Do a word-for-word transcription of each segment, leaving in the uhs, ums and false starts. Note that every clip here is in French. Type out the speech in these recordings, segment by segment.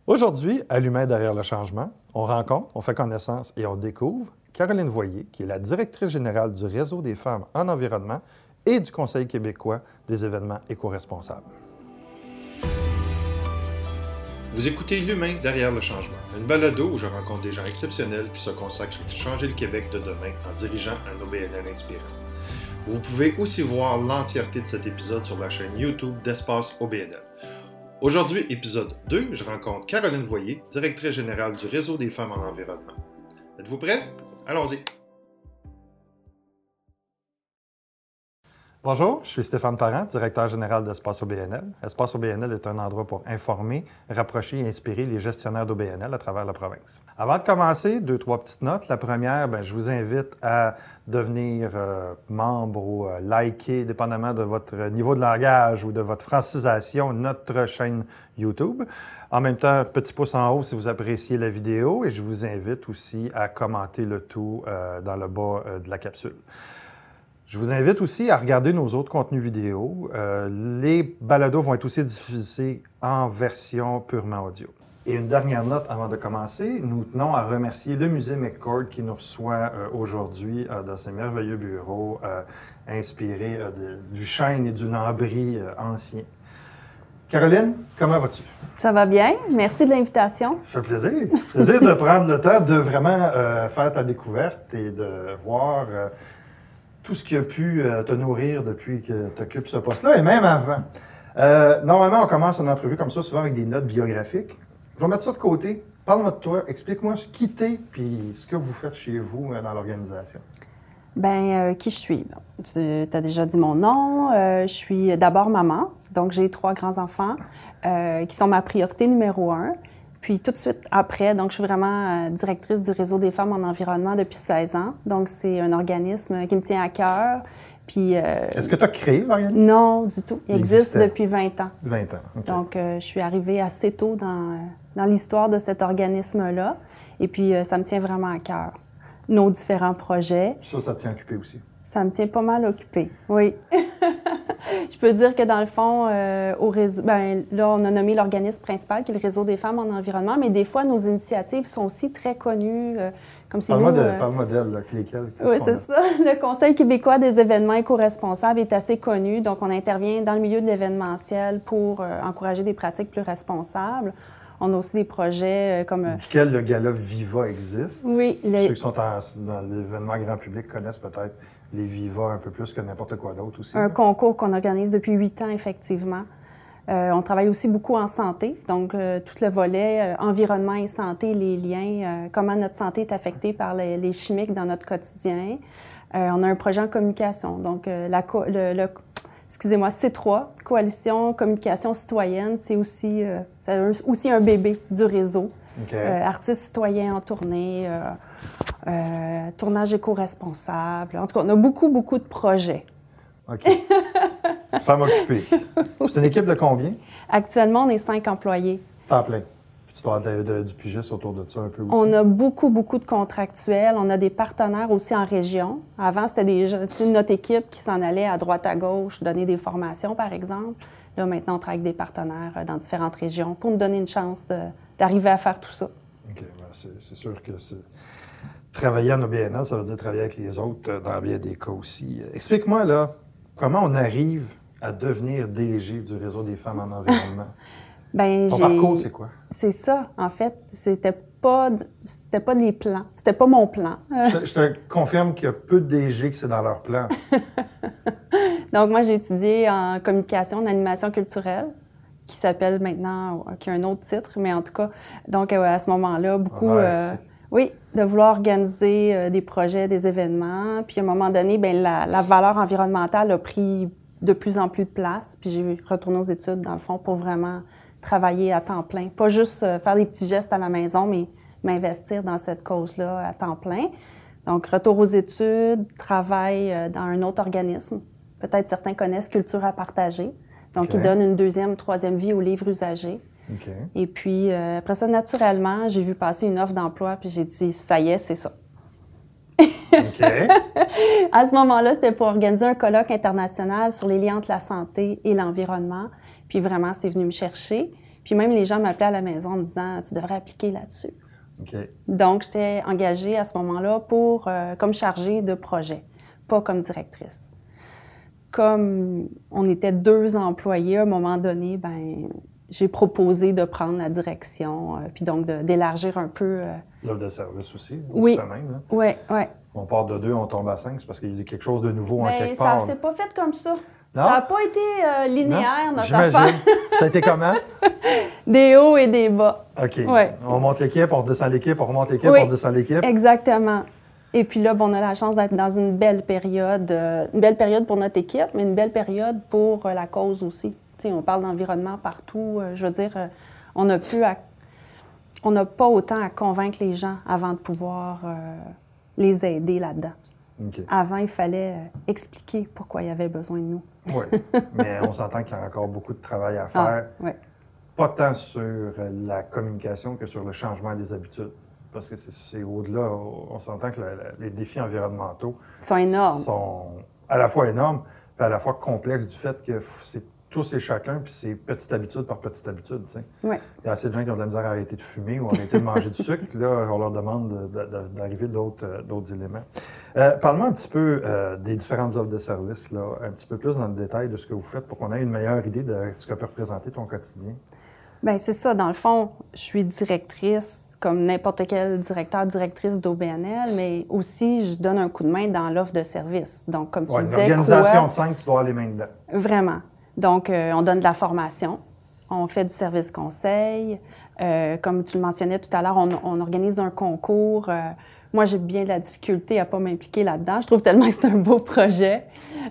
Aujourd'hui, à l'Humain derrière le changement, on rencontre, on fait connaissance et on découvre Caroline Voyer, qui est la directrice générale du Réseau des femmes en environnement et du Conseil québécois des événements éco-responsables. Vous écoutez L'Humain derrière le changement, une balado où je rencontre des gens exceptionnels qui se consacrent à changer le Québec de demain en dirigeant un O B N L inspirant. Vous pouvez aussi voir l'entièreté de cet épisode sur la chaîne YouTube d'Espace O B N L. Aujourd'hui, épisode deux, je rencontre Caroline Voyer, directrice générale du Réseau des femmes en environnement. Êtes-vous prêts? Allons-y! Bonjour, je suis Stéphane Parent, directeur général d'Espace O B N L. Espace O B N L est un endroit pour informer, rapprocher et inspirer les gestionnaires d'O B N L à travers la province. Avant de commencer, deux, trois petites notes. La première, bien, je vous invite à devenir euh, membre ou euh, liker, dépendamment de votre niveau de langage ou de votre francisation, notre chaîne YouTube. En même temps, petit pouce en haut si vous appréciez la vidéo et je vous invite aussi à commenter le tout euh, dans le bas euh, de la capsule. Je vous invite aussi à regarder nos autres contenus vidéo. Euh, les balados vont être aussi diffusés en version purement audio. Et une dernière note avant de commencer, nous tenons à remercier le musée McCord qui nous reçoit euh, aujourd'hui euh, dans ce merveilleux bureau euh, inspiré euh, de, du chêne et du lambris euh, ancien. Caroline, comment vas-tu? Ça va bien. Merci de l'invitation. Ça fait plaisir. Plaisir de prendre le temps de vraiment euh, faire ta découverte et de voir euh, tout ce qui a pu euh, te nourrir depuis que tu occupes ce poste-là, et même avant. Euh, normalement, on commence une entrevue comme ça, souvent avec des notes biographiques. Je vais mettre ça de côté. Parle-moi de toi. Explique-moi qui t'es puis ce que vous faites chez vous euh, dans l'organisation. Bien, euh, qui je suis? Bon, tu as déjà dit mon nom. Euh, je suis d'abord maman. Donc, j'ai trois grands-enfants euh, qui sont ma priorité numéro un. Puis tout de suite après, donc je suis vraiment euh, directrice du Réseau des femmes en environnement depuis seize ans. Donc c'est un organisme qui me tient à cœur. Puis euh, Est-ce que tu as créé l'organisme? Non, du tout. Il, Il existe existait. depuis vingt ans. vingt ans, OK. Donc euh, je suis arrivée assez tôt dans, dans l'histoire de cet organisme-là. Et puis euh, ça me tient vraiment à cœur. Nos différents projets. Ça, ça te tient occupé aussi? Ça me tient pas mal occupé, oui. Je peux dire que dans le fond, euh, au réseau, ben là, on a nommé l'organisme principal qui est le Réseau des femmes en environnement, mais des fois, nos initiatives sont aussi très connues. Euh, comme si Parle-moi, nous, de, euh... parle-moi d'elle, là, lesquelles. Oui, c'est ça. Le Conseil québécois des événements éco-responsables est assez connu, donc on intervient dans le milieu de l'événementiel pour euh, encourager des pratiques plus responsables. On a aussi des projets euh, comme... Euh... Duquel le gala Viva existe. Oui. Les... Ceux qui sont en, dans l'événement grand public connaissent peut-être les Viva un peu plus que n'importe quoi d'autre aussi. Un là. concours qu'on organise depuis huit ans, effectivement. Euh, on travaille aussi beaucoup en santé, donc euh, tout le volet euh, environnement et santé, les liens, euh, comment notre santé est affectée par les, les chimiques dans notre quotidien. Euh, on a un projet en communication, donc euh, la co- le, le excusez-moi, C trois, Coalition Communication Citoyenne, c'est aussi, euh, c'est aussi un bébé du réseau. Okay. Euh, artistes citoyens en tournée, euh, euh, tournage éco-responsable. En tout cas, on a beaucoup, beaucoup de projets. OK. Femme occupée. C'est une équipe de combien? Actuellement, on est cinq employés. Temps plein. Puis tu dois avoir de, de, du pigiste autour de ça un peu aussi. On a beaucoup, beaucoup de contractuels. On a des partenaires aussi en région. Avant, c'était des, notre équipe qui s'en allait à droite, à gauche, donner des formations, par exemple. Là, maintenant, on travaille avec des partenaires dans différentes régions pour nous donner une chance de, d'arriver à faire tout ça. OK. Ben c'est, c'est sûr que c'est... travailler en O B N L, ça veut dire travailler avec les autres dans bien des cas aussi. Explique-moi, là, comment on arrive à devenir D G du Réseau des femmes en environnement? Ben, Ton j'ai... parcours, c'est quoi? C'est ça, en fait. C'était pas, c'était pas les plans. C'était pas mon plan. Je te, je te confirme qu'il y a peu de D G que c'est dans leur plan. Donc, moi, j'ai étudié en communication, en animation culturelle, qui s'appelle maintenant, qui a un autre titre, mais en tout cas, donc à ce moment-là, beaucoup... Ouais, euh, oui, de vouloir organiser euh, des projets, des événements. Puis à un moment donné, bien, la, la valeur environnementale a pris de plus en plus de place. Puis j'ai retourné aux études, dans le fond, pour vraiment travailler à temps plein. Pas juste euh, faire des petits gestes à la maison, mais m'investir dans cette cause-là à temps plein. Donc, retour aux études, travail euh, dans un autre organisme. Peut-être certains connaissent Culture à partager. Donc, okay. Ils donnent une deuxième, troisième vie aux livres usagés. Okay. Et puis, euh, après ça, naturellement, j'ai vu passer une offre d'emploi, puis j'ai dit, ça y est, c'est ça. OK. À ce moment-là, c'était pour organiser un colloque international sur les liens entre la santé et l'environnement. Puis vraiment, c'est venu me chercher. Puis même les gens m'appelaient à la maison en me disant « Tu devrais appliquer là-dessus. Okay. » Donc, j'étais engagée à ce moment-là pour, euh, comme chargée de projet, pas comme directrice. Comme on était deux employés, à un moment donné, ben j'ai proposé de prendre la direction, euh, puis donc de, d'élargir un peu... Euh... L'offre de service aussi, oui. c'est même. Oui, oui. On part de deux, on tombe à cinq, c'est parce qu'il y a quelque chose de nouveau Mais en quelque ça part. Ça s'est pas fait comme ça. Non? Ça n'a pas été euh, linéaire, non? notre J'imagine. affaire. Ça a été comment? Des hauts et des bas. OK. Ouais. On monte l'équipe, on redescend l'équipe, on remonte l'équipe, oui, on redescend l'équipe. Exactement. Et puis là, bon, on a la chance d'être dans une belle période, euh, une belle période pour notre équipe, mais une belle période pour euh, la cause aussi. Tu sais, on parle d'environnement partout. Euh, je veux dire, euh, on a pu, à, on n'a pas autant à convaincre les gens avant de pouvoir euh, les aider là-dedans. Okay. Avant, il fallait euh, expliquer pourquoi il y avait besoin de nous. Oui, mais on s'entend qu'il y a encore beaucoup de travail à faire. Ah, ouais. Pas tant sur la communication que sur le changement des habitudes. Parce que c'est, c'est au-delà, on s'entend que la, la, les défis environnementaux sont énormes. Sont à la fois énormes, puis à la fois complexes du fait que c'est tous et chacun, puis c'est petite habitude par petite habitude. Tu sais. Ouais. Il y a assez de gens qui ont de la misère à arrêter de fumer ou à arrêter de manger du sucre. Là, on leur demande de, de, d'arriver d'autres, d'autres éléments. Euh, parle-moi un petit peu euh, des différentes offres de services, là, un petit peu plus dans le détail de ce que vous faites pour qu'on ait une meilleure idée de ce que peut représenter ton quotidien. Bien, c'est ça. Dans le fond, je suis directrice, comme n'importe quel directeur, directrice d'O B N L, mais aussi, je donne un coup de main dans l'offre de service. Donc, comme tu ouais, disais, une organisation quoi, de cinq, tu dois avoir les mains dedans. Vraiment. Donc, euh, on donne de la formation, on fait du service conseil. Euh, comme tu le mentionnais tout à l'heure, on, on organise un concours. Euh, moi, j'ai bien de la difficulté à ne pas m'impliquer là-dedans. Je trouve tellement que c'est un beau projet.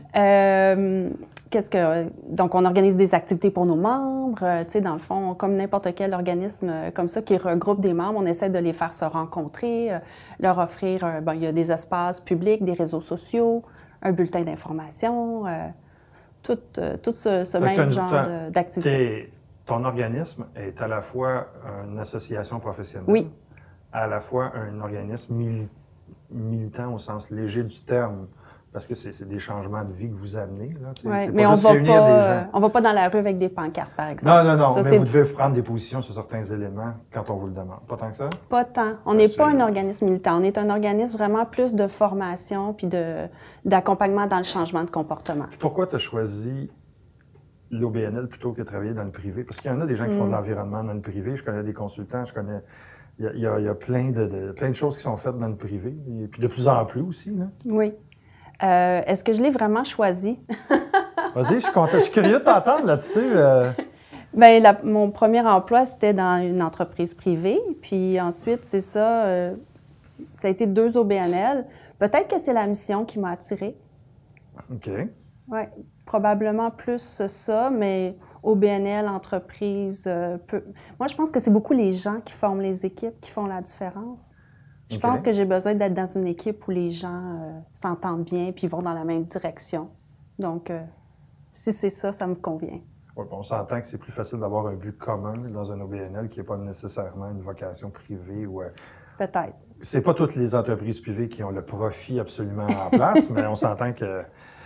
Euh, Qu'est-ce que donc on organise des activités pour nos membres, euh, tu sais dans le fond comme n'importe quel organisme euh, comme ça qui regroupe des membres, on essaie de les faire se rencontrer, euh, leur offrir euh, bon il y a des espaces publics, des réseaux sociaux, un bulletin d'information, euh, tout euh, tout ce, ce même genre de, d'activité. Ton organisme est à la fois une association professionnelle, oui, à la fois un organisme mili- militant au sens léger du terme. Parce que c'est, c'est des changements de vie que vous amenez. Là. Ouais, c'est mais pas on juste va réunir pas, des gens. on va pas dans la rue avec des pancartes, par exemple. Non, non, non, ça, mais c'est... vous devez prendre des positions sur certains éléments quand on vous le demande. Pas tant que ça? Pas tant. On n'est pas un organisme militant. On est un organisme vraiment plus de formation puis de, d'accompagnement dans le changement de comportement. Puis pourquoi tu as choisi l'O B N L plutôt que de travailler dans le privé? Parce qu'il y en a des gens qui font mm. de l'environnement dans le privé. Je connais des consultants, je connais... Il y a, il y a, il y a plein, de, de, plein de choses qui sont faites dans le privé. Et puis de plus en plus aussi, là. Oui. Euh, est-ce que je l'ai vraiment choisi? Vas-y, je suis content. Je suis curieux de t'entendre là-dessus. Euh... Bien, la, mon premier emploi, c'était dans une entreprise privée. Puis ensuite, c'est ça, euh, ça a été deux O B N L. Peut-être que c'est la mission qui m'a attirée. OK. Oui, probablement plus ça, mais O B N L, entreprise, euh, peu... Moi, je pense que c'est beaucoup les gens qui forment les équipes qui font la différence. Je okay. pense que j'ai besoin d'être dans une équipe où les gens euh, s'entendent bien puis vont dans la même direction. Donc, euh, si c'est ça, ça me convient. Oui, on s'entend que c'est plus facile d'avoir un but commun dans un O B N L qui n'est pas nécessairement une vocation privée ou... Euh... Peut-être. C'est pas toutes les entreprises privées qui ont le profit absolument en place, mais on s'entend que...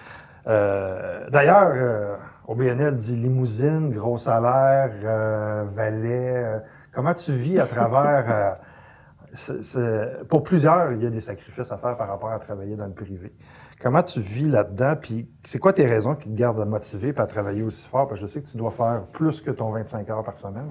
Euh, d'ailleurs, euh, O B N L dit limousine, gros salaire, euh, valet. Euh, comment tu vis à travers... Euh, c'est, c'est, pour plusieurs, il y a des sacrifices à faire par rapport à travailler dans le privé. Comment tu vis là-dedans? Puis c'est quoi tes raisons qui te gardent motivé à travailler aussi fort? Parce que je sais que tu dois faire plus que ton vingt-cinq heures par semaine.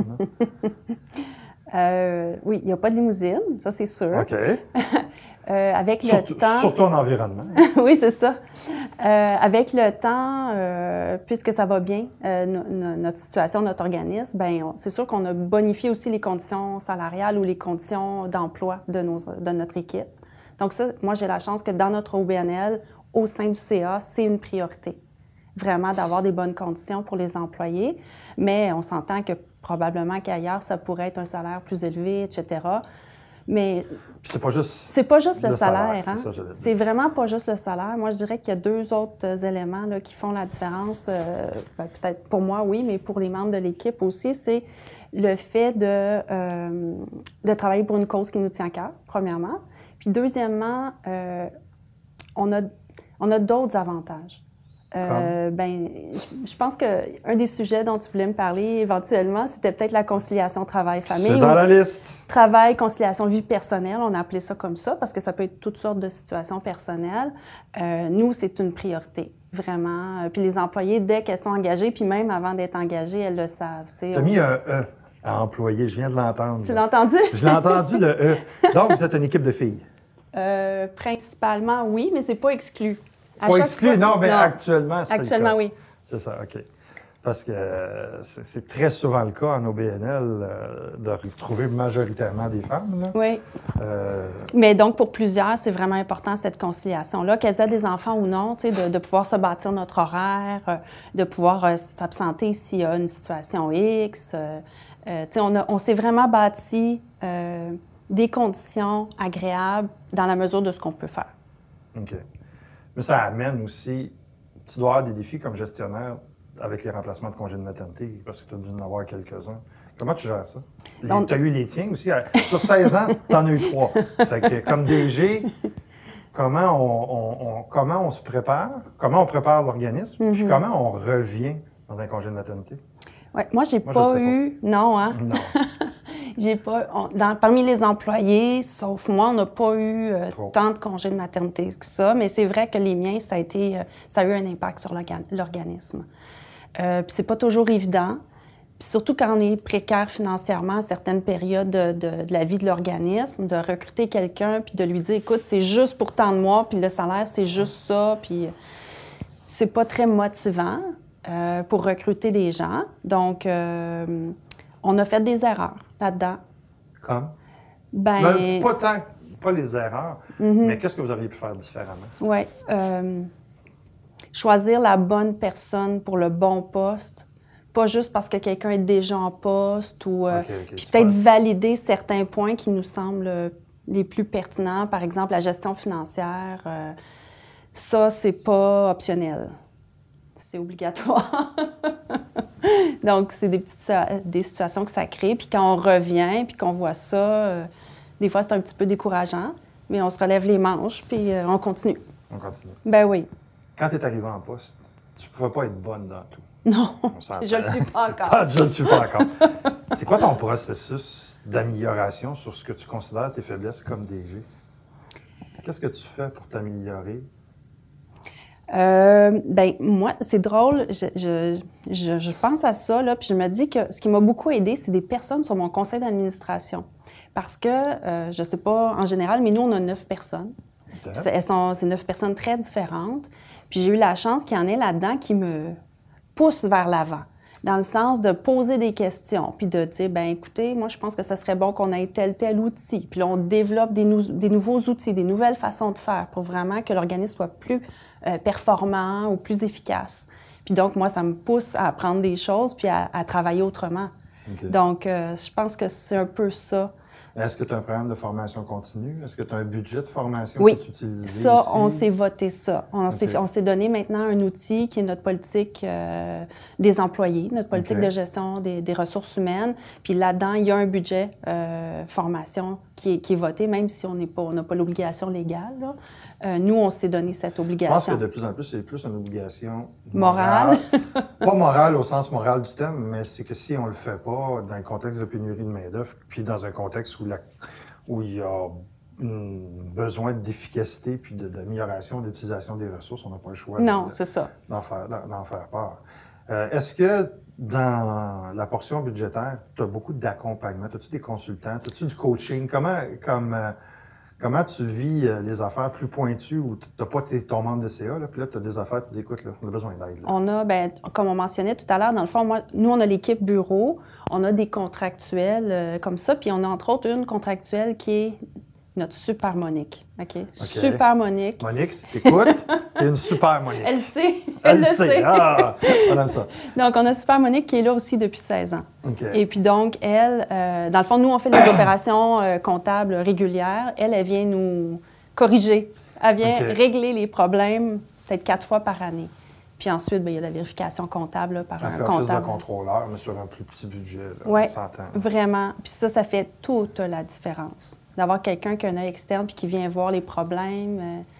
euh, oui, il n'y a pas de limousine, ça c'est sûr. OK. Euh, avec le surtout, temps... Surtout en environnement. Oui, c'est ça. Euh, avec le temps, euh, puisque ça va bien, euh, no, no, notre situation, notre organisme, ben, on, c'est sûr qu'on a bonifié aussi les conditions salariales ou les conditions d'emploi de, nos, de notre équipe. Donc ça, moi, j'ai la chance que dans notre O B N L, au sein du C A, c'est une priorité. Vraiment d'avoir des bonnes conditions pour les employés. Mais on s'entend que probablement qu'ailleurs, ça pourrait être un salaire plus élevé, et cetera. Mais c'est pas juste, c'est pas juste le, le salaire. salaire hein? C'est, ça, c'est vraiment pas juste le salaire. Moi, je dirais qu'il y a deux autres éléments là, qui font la différence. Euh, ben, peut-être pour moi, oui, mais pour les membres de l'équipe aussi, c'est le fait de, euh, de travailler pour une cause qui nous tient à cœur, premièrement. Puis deuxièmement, euh, on a, on a d'autres avantages. Euh, ben, je, je pense qu'un des sujets dont tu voulais me parler éventuellement, c'était peut-être la conciliation travail-famille. C'est dans la liste. Travail, conciliation, vie personnelle, on a appelé ça comme ça parce que ça peut être toutes sortes de situations personnelles. Euh, nous, c'est une priorité, vraiment. Puis les employés, dès qu'elles sont engagées, puis même avant d'être engagées, elles le savent. Tu as on... mis un E à employé, je viens de l'entendre. Tu l'as entendu? Je l'ai entendu, le E. Donc, vous êtes une équipe de filles? Euh, principalement, oui, mais c'est pas exclu. À pas exclu, fois, non, mais non. actuellement, c'est Actuellement, le cas. oui. C'est ça, OK. Parce que euh, c'est très souvent le cas en O B N L euh, de retrouver majoritairement des femmes. Là. Oui. Euh... Mais donc, pour plusieurs, c'est vraiment important cette conciliation-là, qu'elles aient des enfants ou non, de, de pouvoir se bâtir notre horaire, de pouvoir euh, s'absenter s'il y a une situation X. Euh, euh, on, a, on s'est vraiment bâti euh, des conditions agréables dans la mesure de ce qu'on peut faire. OK. Mais ça amène aussi, tu dois avoir des défis comme gestionnaire avec les remplacements de congés de maternité, parce que tu as dû en avoir quelques-uns. Comment tu gères ça? Tu as eu les tiens aussi. Sur seize ans, tu en as eu trois. Fait que comme D G, comment on, on, on, comment on se prépare? Comment on prépare l'organisme? Mm-hmm. Puis comment on revient dans un congé de maternité? Oui, moi, j'ai moi, pas eu... Pas. Non, hein? Non. J'ai pas... On, dans, parmi les employés, sauf moi, on n'a pas eu euh, tant de congés de maternité que ça, mais c'est vrai que les miens, ça a été... Euh, ça a eu un impact sur l'organisme. Euh, puis c'est pas toujours évident. Puis surtout quand on est précaire financièrement à certaines périodes de, de, de la vie de l'organisme, de recruter quelqu'un puis de lui dire, écoute, c'est juste pour tant de mois, puis le salaire, c'est juste ça, puis c'est pas très motivant euh, pour recruter des gens. Donc, euh, on a fait des erreurs là-dedans. Comme? Ben... Même pas tant, pas les erreurs, mm-hmm. mais qu'est-ce que vous auriez pu faire différemment? Oui. Euh, choisir la bonne personne pour le bon poste, pas juste parce que quelqu'un est déjà en poste ou euh, okay, okay, puis peut-être valider certains points qui nous semblent les plus pertinents, par exemple la gestion financière. Euh, ça, c'est pas optionnel. C'est obligatoire. Donc, c'est des petites des situations que ça crée. Puis quand on revient, puis qu'on voit ça, euh, des fois, c'est un petit peu décourageant, mais on se relève les manches, puis euh, on continue. On continue. Ben oui. Quand tu es arrivé en poste, tu ne pouvais pas être bonne dans tout. Non, je ne le suis pas encore. Ah, je ne le suis pas encore. C'est quoi ton processus d'amélioration sur ce que tu considères tes faiblesses comme D G? Qu'est-ce que tu fais pour t'améliorer? Euh, ben moi, c'est drôle, je, je, je, je pense à ça, là, puis je me dis que ce qui m'a beaucoup aidé, c'est des personnes sur mon conseil d'administration. Parce que, euh, je sais pas en général, mais nous, on a neuf personnes. C'est, elles sont, c'est neuf personnes très différentes. Puis j'ai eu la chance qu'il y en ait là-dedans qui me poussent vers l'avant, dans le sens de poser des questions, puis de dire, ben écoutez, moi, je pense que ça serait bon qu'on ait tel, tel outil. Puis là, on développe des, nou- des nouveaux outils, des nouvelles façons de faire pour vraiment que l'organisme soit plus euh, performant ou plus efficace. Puis donc, moi, ça me pousse à apprendre des choses puis à, à travailler autrement. Okay. Donc, euh, je pense que c'est un peu ça. Est-ce que tu as un programme de formation continue? Est-ce que tu as un budget de formation oui. que tu utilises? Ça, ici? on s'est voté ça. On, okay. s'est, on s'est donné maintenant un outil qui est notre politique euh, des employés, notre politique okay. de gestion des, des ressources humaines. Puis là-dedans, il y a un budget euh, formation qui est, qui est voté, même si on n'est pas, on n'a pas l'obligation légale. Là. Euh, nous, on s'est donné cette obligation. Je pense que de plus en plus, c'est plus une obligation morale. morale. Pas morale au sens moral du terme, mais c'est que si on ne le fait pas dans le contexte de pénurie de main-d'œuvre, puis dans un contexte où, la, où il y a un besoin d'efficacité puis de, d'amélioration de l'utilisation des ressources, on n'a pas le choix non, de, c'est ça. D'en, faire, d'en, d'en faire part. Euh, est-ce que dans la portion budgétaire, tu as beaucoup d'accompagnement? As-tu des consultants? As-tu du coaching? Comment, comme, euh, comment tu vis euh, les affaires plus pointues où tu n'as pas tes, ton membre de C A, là, puis là, tu as des affaires, tu dis, écoute, là, on a besoin d'aide. Là. On a, bien, comme on mentionnait tout à l'heure, dans le fond, moi, nous, on a l'équipe bureau, on a des contractuels euh, comme ça, puis on a entre autres une contractuelle qui est notre super Monique. OK? okay. Super Monique. Monique, si t'écoutes, t'es une super Monique. Elle sait. Elle, Elle le sait. sait. Ah, on aime ça. Donc, on a super Monique qui est là aussi depuis seize ans. Okay. Et puis donc, elle, euh, dans le fond, nous, on fait les opérations euh, comptables régulières. Elle, elle vient nous corriger. Elle vient okay. régler les problèmes peut-être quatre fois par année. Puis ensuite, bien, il y a la vérification comptable là, par elle un fait comptable. office de contrôleur, mais sur un plus petit budget. Oui, on s'entend. Vraiment. Puis ça, ça fait toute la différence. D'avoir quelqu'un qui a un œil externe puis qui vient voir les problèmes. Euh,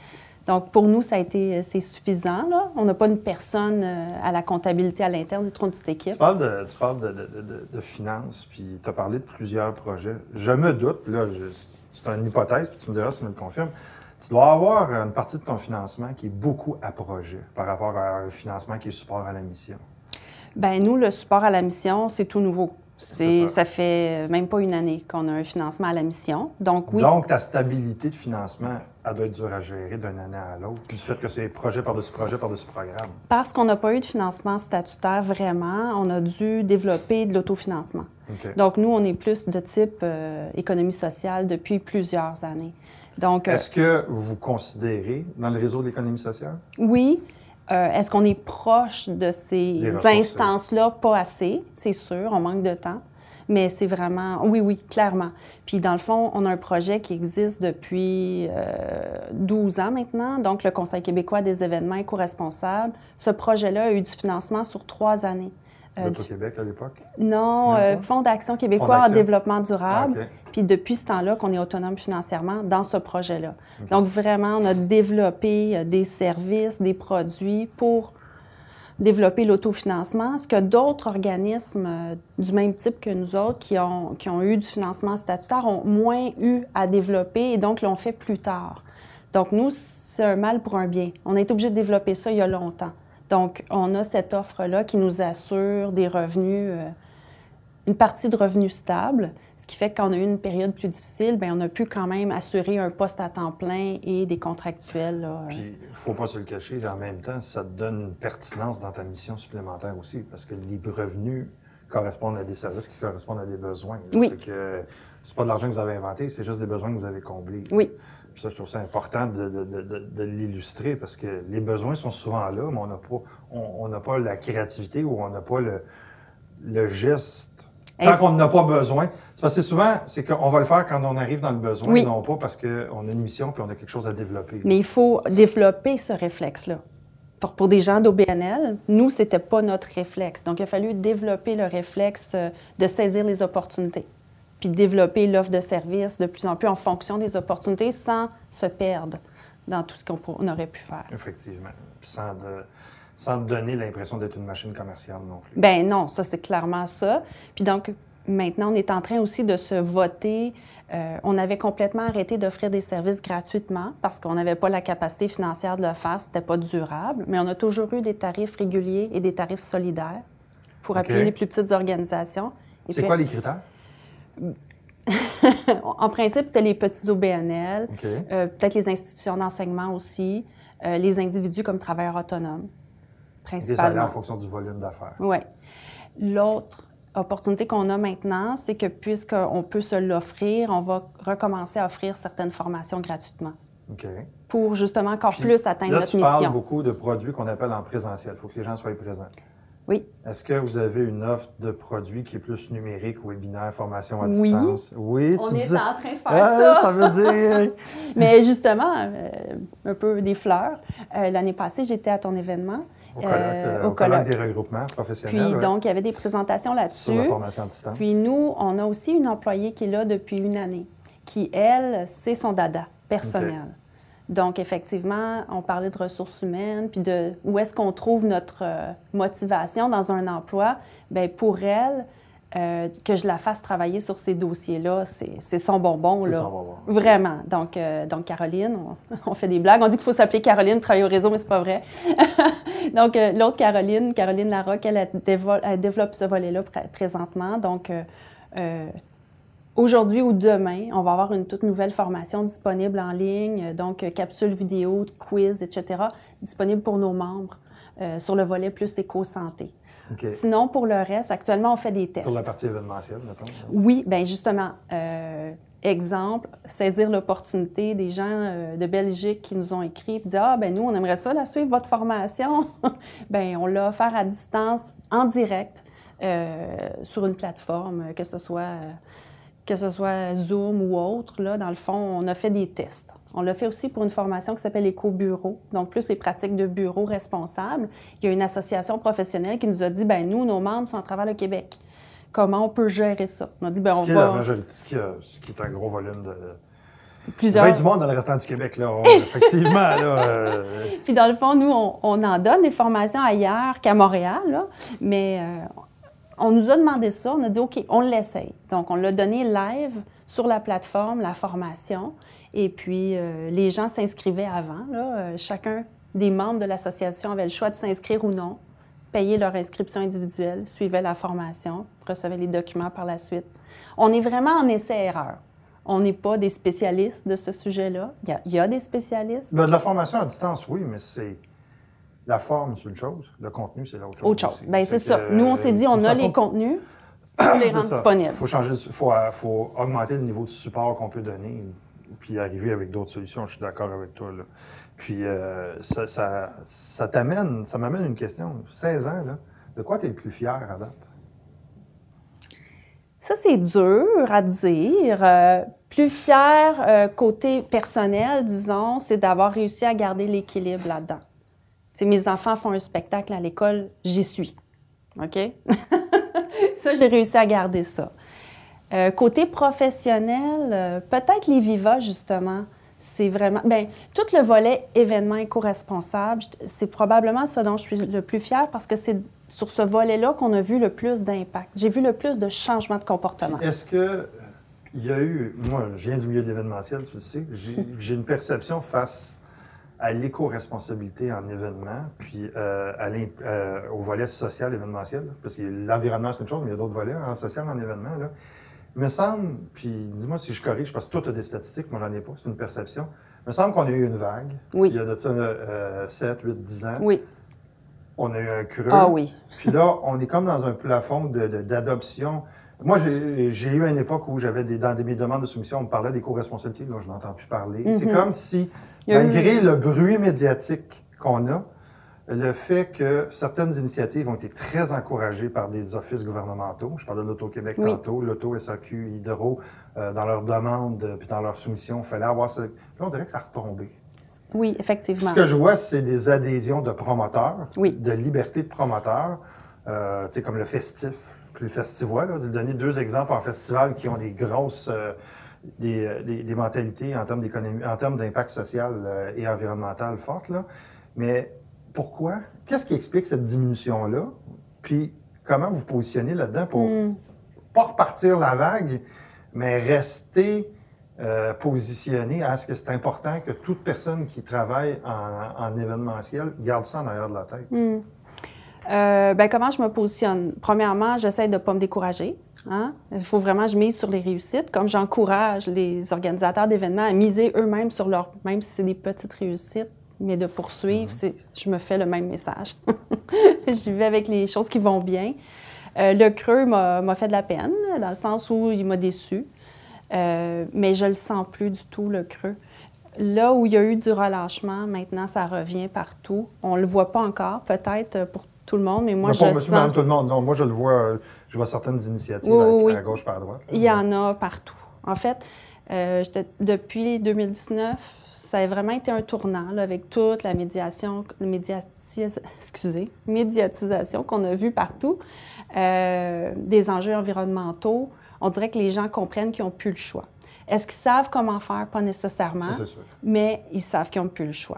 Donc, pour nous, ça a été, c'est suffisant, là. On n'a pas une personne euh, à la comptabilité à l'interne, c'est trop une petite équipe. Tu parles de, tu parles de, de, de, de finances, puis tu as parlé de plusieurs projets. Je me doute, là, je, c'est une hypothèse, puis tu me diras si tu me le confirmes. Tu dois avoir une partie de ton financement qui est beaucoup à projet par rapport à un financement qui est support à la mission. Bien, nous, le support à la mission, c'est tout nouveau. C'est, c'est ça. ça fait même pas une année qu'on a un financement à la mission. Donc, oui. Donc, ta stabilité de financement, elle doit être dure à gérer d'une année à l'autre, du fait que c'est projet par-dessus projet par-dessus programme. Parce qu'on n'a pas eu de financement statutaire vraiment, on a dû développer de l'autofinancement. Okay. Donc, nous, on est plus de type euh, économie sociale depuis plusieurs années. Donc, Est-ce que vous vous considérez dans le réseau de l'économie sociale? Oui. Euh, est-ce qu'on est proche de ces instances-là? Pas assez, c'est sûr, on manque de temps. Mais c'est vraiment... Oui, oui, clairement. Puis dans le fond, on a un projet qui existe depuis euh, douze ans maintenant, donc le Conseil québécois des événements éco-responsables. Ce projet-là a eu du financement sur trois années. Euh, du... Québec à l'époque? Non, euh, Fonds d'action québécois en développement durable. Ah, okay. Puis depuis ce temps-là qu'on est autonome financièrement dans ce projet-là. Okay. Donc vraiment, on a développé des services, des produits pour développer l'autofinancement, ce que d'autres organismes euh, du même type que nous autres qui ont, qui ont eu du financement statutaire ont moins eu à développer et donc l'ont fait plus tard. Donc nous, c'est un mal pour un bien. On a été obligé de développer ça il y a longtemps. Donc, on a cette offre-là qui nous assure des revenus, euh, une partie de revenus stables, ce qui fait que quand on a eu une période plus difficile, bien, on a pu quand même assurer un poste à temps plein et des contractuels. Là, euh... Puis, il ne faut pas se le cacher, en même temps, ça te donne une pertinence dans ta mission supplémentaire aussi, parce que les revenus correspondent à des services qui correspondent à des besoins. Là. Oui. Fait que c'est pas de l'argent que vous avez inventé, c'est juste des besoins que vous avez comblés. Oui. Puis ça, je trouve ça important de, de, de, de, de l'illustrer parce que les besoins sont souvent là, mais on n'a pas, on, on pas la créativité ou on n'a pas le, le geste. Tant Est-ce... qu'on n'en a pas besoin. C'est parce que souvent, c'est qu'on va le faire quand on arrive dans le besoin, oui. Non pas parce qu'on a une mission puis on a quelque chose à développer. Mais il faut développer ce réflexe-là. Pour, pour des gens d'O B N L, nous, c'était pas notre réflexe. Donc, il a fallu développer le réflexe de saisir les opportunités. Puis de développer l'offre de services de plus en plus en fonction des opportunités sans se perdre dans tout ce qu'on on aurait pu faire. Effectivement. Puis sans, de, sans donner l'impression d'être une machine commerciale non plus. Bien non, ça, c'est clairement ça. Puis donc, maintenant, on est en train aussi de se voter. Euh, on avait complètement arrêté d'offrir des services gratuitement parce qu'on n'avait pas la capacité financière de le faire, c'était pas durable. Mais on a toujours eu des tarifs réguliers et des tarifs solidaires pour appuyer okay. les plus petites organisations. Et c'est puis, quoi les critères? En principe, c'était les petits O B N L, okay. euh, peut-être les institutions d'enseignement aussi, euh, les individus comme travailleurs autonomes, principalement. Des salaires en fonction du volume d'affaires. Oui. L'autre opportunité qu'on a maintenant, c'est que puisqu'on peut se l'offrir, on va recommencer à offrir certaines formations gratuitement. OK. Pour justement encore Puis, plus atteindre là, notre tu mission. Parles beaucoup de produits qu'on appelle en présentiel. Il faut que les gens soient présents. Oui. Est-ce que vous avez une offre de produits qui est plus numérique, webinaire, formation à oui. distance? Oui. On tu est dis... en train de faire ah, ça. Ça veut dire... Mais justement, euh, un peu des fleurs. Euh, l'année passée, j'étais à ton événement. Au colloque, euh, au, au colloque des regroupements professionnels. Puis ouais. donc, il y avait des présentations là-dessus. Sur la formation à distance. Puis nous, on a aussi une employée qui est là depuis une année, qui, elle, c'est son dada personnel. Okay. Donc, effectivement, on parlait de ressources humaines, puis de où est-ce qu'on trouve notre euh, motivation dans un emploi. Bien, pour elle, euh, que je la fasse travailler sur ces dossiers-là, c'est, c'est son bonbon, c'est là. Son bonbon. Vraiment. Donc, euh, donc Caroline, on, on fait des blagues. On dit qu'il faut s'appeler Caroline, travailler au réseau, mais c'est pas vrai. Donc, euh, l'autre Caroline, Caroline Larocque, elle, elle, dévo- elle développe ce volet-là pr- présentement. Donc, euh, euh, aujourd'hui ou demain, on va avoir une toute nouvelle formation disponible en ligne, donc capsules vidéo, quiz, et cetera, disponible pour nos membres euh, sur le volet plus éco-santé. Okay. Sinon, pour le reste, actuellement, on fait des tests. Pour la partie événementielle, mettons. Oui, bien justement, euh, exemple, saisir l'opportunité des gens euh, de Belgique qui nous ont écrit et dire « Ah, bien nous, on aimerait ça, la suivre, votre formation. » Bien, on l'a offert à distance, en direct, euh, sur une plateforme, que ce soit... Euh, que ce soit Zoom ou autre, là, dans le fond, on a fait des tests. On l'a fait aussi pour une formation qui s'appelle Éco-Bureau, donc plus les pratiques de bureau responsables. Il y a une association professionnelle qui nous a dit, ben nous, nos membres sont à travers le Québec. Comment on peut gérer ça? On a dit, ben on ce qui va... Est la majorité, ce, qui a, ce qui est un gros volume de, plusieurs... Il y a du monde dans le restant du Québec, là. On, effectivement, là... Euh... Puis dans le fond, nous, on, on en donne des formations ailleurs qu'à Montréal, là, mais euh, on nous a demandé ça. On a dit, OK, on l'essaye. Donc, on l'a donné live sur la plateforme, la formation. Et puis, euh, les gens s'inscrivaient avant, là. Euh, chacun des membres de l'association avait le choix de s'inscrire ou non, payer leur inscription individuelle, suivait la formation, recevait les documents par la suite. On est vraiment en essai-erreur. On n'est pas des spécialistes de ce sujet-là. Il y a, il y a des spécialistes. Ben, de la formation à distance, oui, mais c'est... La forme, c'est une chose. Le contenu, c'est l'autre chose. Autre chose. Bien, c'est que, ça. Nous, on s'est dit, on a façon... les contenus, on les rend disponibles. Il faut changer, il faut, faut augmenter le niveau de support qu'on peut donner, puis arriver avec d'autres solutions. Je suis d'accord avec toi, là. Puis, euh, ça, ça, ça t'amène, ça m'amène une question. seize ans, là, de quoi tu es le plus fier à date? Ça, c'est dur à dire. Euh, plus fier, euh, côté personnel, disons, c'est d'avoir réussi à garder l'équilibre là-dedans. T'sais, mes enfants font un spectacle à l'école, j'y suis. OK? Ça, j'ai réussi à garder ça. Euh, côté professionnel, euh, peut-être les Viva, justement. C'est vraiment... Bien, tout le volet événement éco-responsable, c'est probablement ce dont je suis le plus fière parce que c'est sur ce volet-là qu'on a vu le plus d'impact. J'ai vu le plus de changements de comportement. Est-ce que il y a eu... Moi, je viens du milieu de l'événementiel, tu le sais. J'ai, j'ai une perception face à l'éco-responsabilité en événement, puis euh, à euh, au volet social événementiel, parce que l'environnement, c'est une chose, mais il y a d'autres volets en social en événement, là. Il me semble, puis dis-moi si je corrige, parce que toi, tu as des statistiques, moi, j'en ai pas, c'est une perception. Il me semble qu'on a eu une vague. Oui. Il y a de ça euh, sept, huit, dix ans. Oui. On a eu un creux. Ah oui. Puis là, on est comme dans un plafond de, de, d'adoption. Moi, j'ai, j'ai eu une époque où j'avais des, dans des, mes demandes de soumission, on me parlait d'éco-responsabilité. Là, je n'entends plus parler. Mm-hmm. C'est comme si, malgré le bruit médiatique qu'on a, le fait que certaines initiatives ont été très encouragées par des offices gouvernementaux, je parlais de l'Auto-Québec oui. tantôt, l'Auto, S A Q, Hydro, euh, dans leurs demandes puis dans leurs soumissions, il fallait avoir ça. Là, on dirait que ça a retombé. Oui, effectivement. Ce que je vois, c'est des adhésions de promoteurs, oui. de liberté de promoteurs, euh, tu sais, comme le festif, le festival. Là, de donner deux exemples en festival qui ont des grosses... Euh, des, des, des mentalités en termes d'économie, en termes d'impact social euh, et environnemental fortes, là. Mais pourquoi? Qu'est-ce qui explique cette diminution-là? Puis, comment vous positionnez là-dedans pour mm. pas repartir la vague, mais rester euh, positionné à ce que c'est important que toute personne qui travaille en, en événementiel garde ça en arrière de la tête? Mm. Euh, ben, comment je me positionne? Premièrement, j'essaie de ne pas me décourager. Hein? Il faut vraiment que je mise sur les réussites, comme j'encourage les organisateurs d'événements à miser eux-mêmes sur leur... Même si c'est des petites réussites, mais de poursuivre, mm-hmm. c'est, je me fais le même message. J'y vais avec les choses qui vont bien. Euh, le creux m'a, m'a fait de la peine, dans le sens où il m'a déçue. Euh, mais je le sens plus du tout, le creux. Là où il y a eu du relâchement, maintenant, ça revient partout. On le voit pas encore, peut-être pour tout le monde, mais moi, mais pas je monsieur, sens... madame, tout le monde. Non, moi, je le vois, je vois certaines initiatives oui, à, oui. à gauche par à droite. Il y en a partout. En fait, euh, depuis deux mille dix-neuf, ça a vraiment été un tournant, là, avec toute la médiation, médiatis, excusez, médiatisation qu'on a vue partout, euh, des enjeux environnementaux. On dirait que les gens comprennent qu'ils n'ont plus le choix. Est-ce qu'ils savent comment faire? Pas nécessairement, ça, c'est sûr. Mais ils savent qu'ils n'ont plus le choix.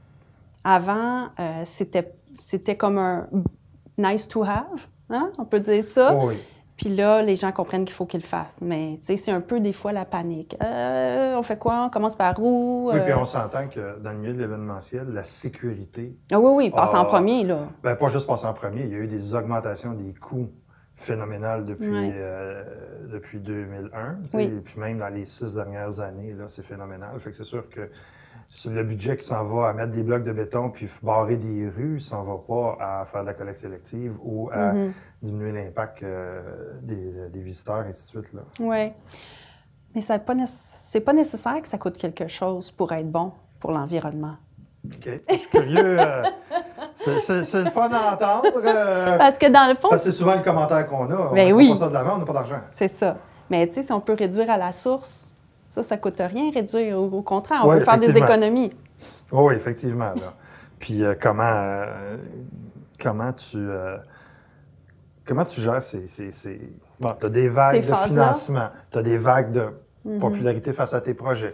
Avant, euh, c'était, c'était comme un nice to have, hein? On peut dire ça. Oh oui. Puis là, les gens comprennent qu'il faut qu'ils le fassent. Mais tu sais, c'est un peu des fois la panique. Euh, on fait quoi? On commence par où? Oui, puis on s'entend que dans le milieu de l'événementiel, la sécurité... Ah oui, oui, passe a... en premier, là. Bien, pas juste passer en premier. Il y a eu des augmentations des coûts phénoménales depuis, oui. euh, depuis deux mille un. Oui. Et puis même dans les six dernières années, là, c'est phénoménal. Fait que c'est sûr que le budget qui s'en va à mettre des blocs de béton puis barrer des rues, s'en va pas à faire de la collecte sélective ou à mm-hmm. diminuer l'impact euh, des, des visiteurs, et ainsi de suite. Oui. Mais c'est pas, c'est pas nécessaire que ça coûte quelque chose pour être bon pour l'environnement. OK. C'est curieux. euh, c'est, c'est, c'est le fun à entendre. Euh, parce que dans le fond... Parce que c'est souvent le commentaire qu'on a. On ben ne oui. pas ça de l'avant, on n'a pas d'argent. C'est ça. Mais tu sais, si on peut réduire à la source... Ça, ça ne coûte rien réduire. Au contraire, on oui, peut faire des économies. Oui, effectivement. Là. Puis euh, comment, euh, comment, tu, euh, comment tu gères ces... ces, ces... Bon, tu as des vagues ces de financement, tu as des vagues de mm-hmm. popularité face à tes projets.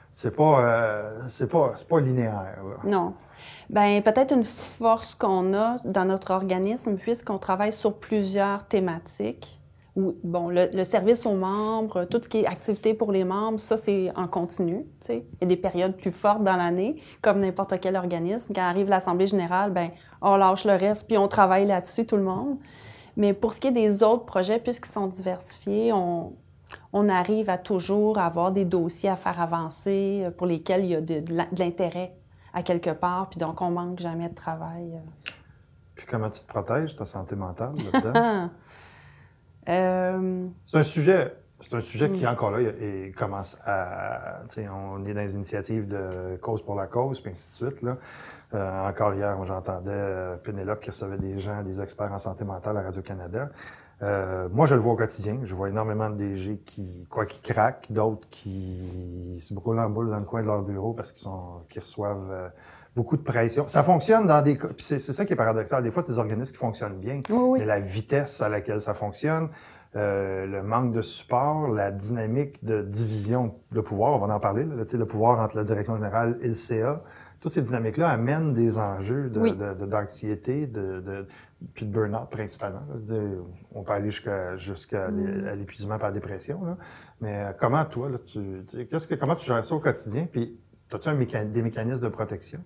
c'est pas, euh, c'est pas, c'est pas linéaire. Là. Non. Bien, peut-être une force qu'on a dans notre organisme, puisqu'on travaille sur plusieurs thématiques. Où, bon, le, le service aux membres, tout ce qui est activité pour les membres, ça, c'est en continu. Tu sais. Il y a des périodes plus fortes dans l'année, comme n'importe quel organisme. Quand arrive l'Assemblée générale, bien, on lâche le reste, puis on travaille là-dessus, tout le monde. Mais pour ce qui est des autres projets, puisqu'ils sont diversifiés, on, on arrive à toujours avoir des dossiers à faire avancer pour lesquels il y a de, de l'intérêt à quelque part, puis donc on manque jamais de travail. Puis comment tu te protèges, ta santé mentale là-dedans? euh... C'est un sujet, c'est un sujet mm. qui, encore là, il commence à... Tu sais, on est dans les initiatives de Cause pour la cause, puis ainsi de suite, là. Euh, encore hier, j'entendais euh, Pénélope qui recevait des gens, des experts en santé mentale à Radio-Canada. Euh, moi, je le vois au quotidien. Je vois énormément de D G qui, quoi, qui craquent, d'autres qui se brûlent en boule dans le coin de leur bureau parce qu'ils sont, qu'ils reçoivent euh, beaucoup de pression. Ça fonctionne dans des cas. Puis c'est, c'est ça qui est paradoxal. Des fois, c'est des organismes qui fonctionnent bien, oui, oui. mais la vitesse à laquelle ça fonctionne, euh, le manque de support, la dynamique de division de pouvoir, on va en parler, là, le pouvoir entre la direction générale et le C A. Toutes ces dynamiques-là amènent des enjeux de, oui. de, de, d'anxiété, de, de, puis de burn-out principalement. Là. On peut aller jusqu'à, jusqu'à mm. l'épuisement par dépression. Là. Mais comment, toi, là, tu, tu, qu'est-ce que, comment tu gères ça au quotidien? Puis, as-tu un mécan- des mécanismes de protection?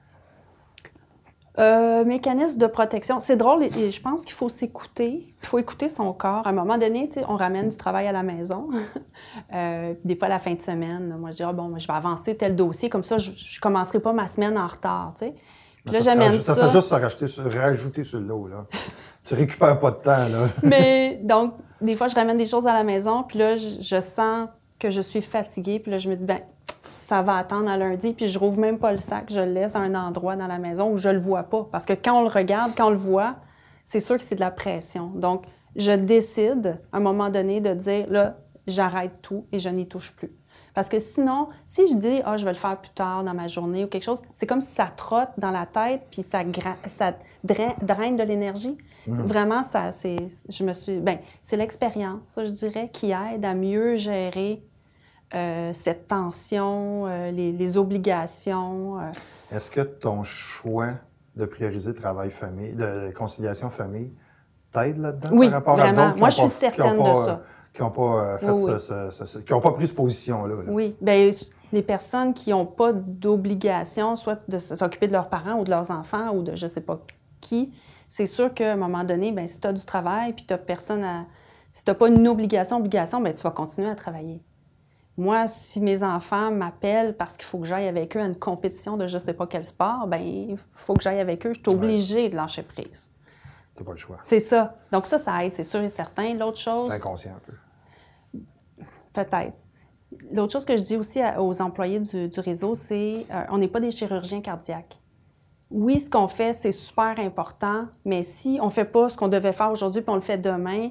Euh, mécanisme de protection. C'est drôle, et je pense qu'il faut s'écouter. Il faut écouter son corps. À un moment donné, on ramène du travail à la maison. euh, des fois, la fin de semaine, moi, je dis, ah, bon, je vais avancer tel dossier, comme ça, je ne commencerai pas ma semaine en retard. T'sais. Puis là, ça j'amène ça. Ça fait juste se rajouter, rajouter sur le lot. Là. Tu récupères pas de temps. Là. Mais donc, des fois, je ramène des choses à la maison, puis là, je, je sens que je suis fatiguée, puis là, je me dis, ben ça va attendre à lundi, puis je rouvre même pas le sac, je le laisse à un endroit dans la maison où je le vois pas. Parce que quand on le regarde, quand on le voit, c'est sûr que c'est de la pression. Donc, je décide, à un moment donné, de dire, là, j'arrête tout et je n'y touche plus. Parce que sinon, si je dis, ah, je vais le faire plus tard dans ma journée ou quelque chose, c'est comme si ça trotte dans la tête, puis ça, gra... ça draine, draine de l'énergie. Mmh. Vraiment, ça, c'est, je me suis, ben, c'est l'expérience, ça, je dirais, qui aide à mieux gérer Euh, cette tension, euh, les, les obligations. Euh. Est-ce que ton choix de prioriser travail-famille, de conciliation-famille, t'aide là-dedans oui, par rapport vraiment. à d'autres qui Moi, je suis pas, certaine pas, de ça. Qui n'ont pas euh, fait oui, ce, oui. ce, ce, qui n'ont pas pris cette position-là. Là. Oui. Bien, les personnes qui n'ont pas d'obligation, soit de s'occuper de leurs parents ou de leurs enfants ou de je ne sais pas qui, c'est sûr qu'à un moment donné, bien, si tu as du travail puis tu n'as personne à. Si tu n'as pas une obligation, obligation, bien, tu vas continuer à travailler. Moi, si mes enfants m'appellent parce qu'il faut que j'aille avec eux à une compétition de je ne sais pas quel sport, bien, il faut que j'aille avec eux. Je suis obligée ouais. de lâcher prise. Tu n'as pas le choix. C'est ça. Donc ça, ça aide, c'est sûr et certain. L'autre chose... C'est inconscient un peu. Peut-être. L'autre chose que je dis aussi aux employés du, du réseau, c'est euh, on n'est pas des chirurgiens cardiaques. Oui, ce qu'on fait, c'est super important, mais si on ne fait pas ce qu'on devait faire aujourd'hui puis on le fait demain,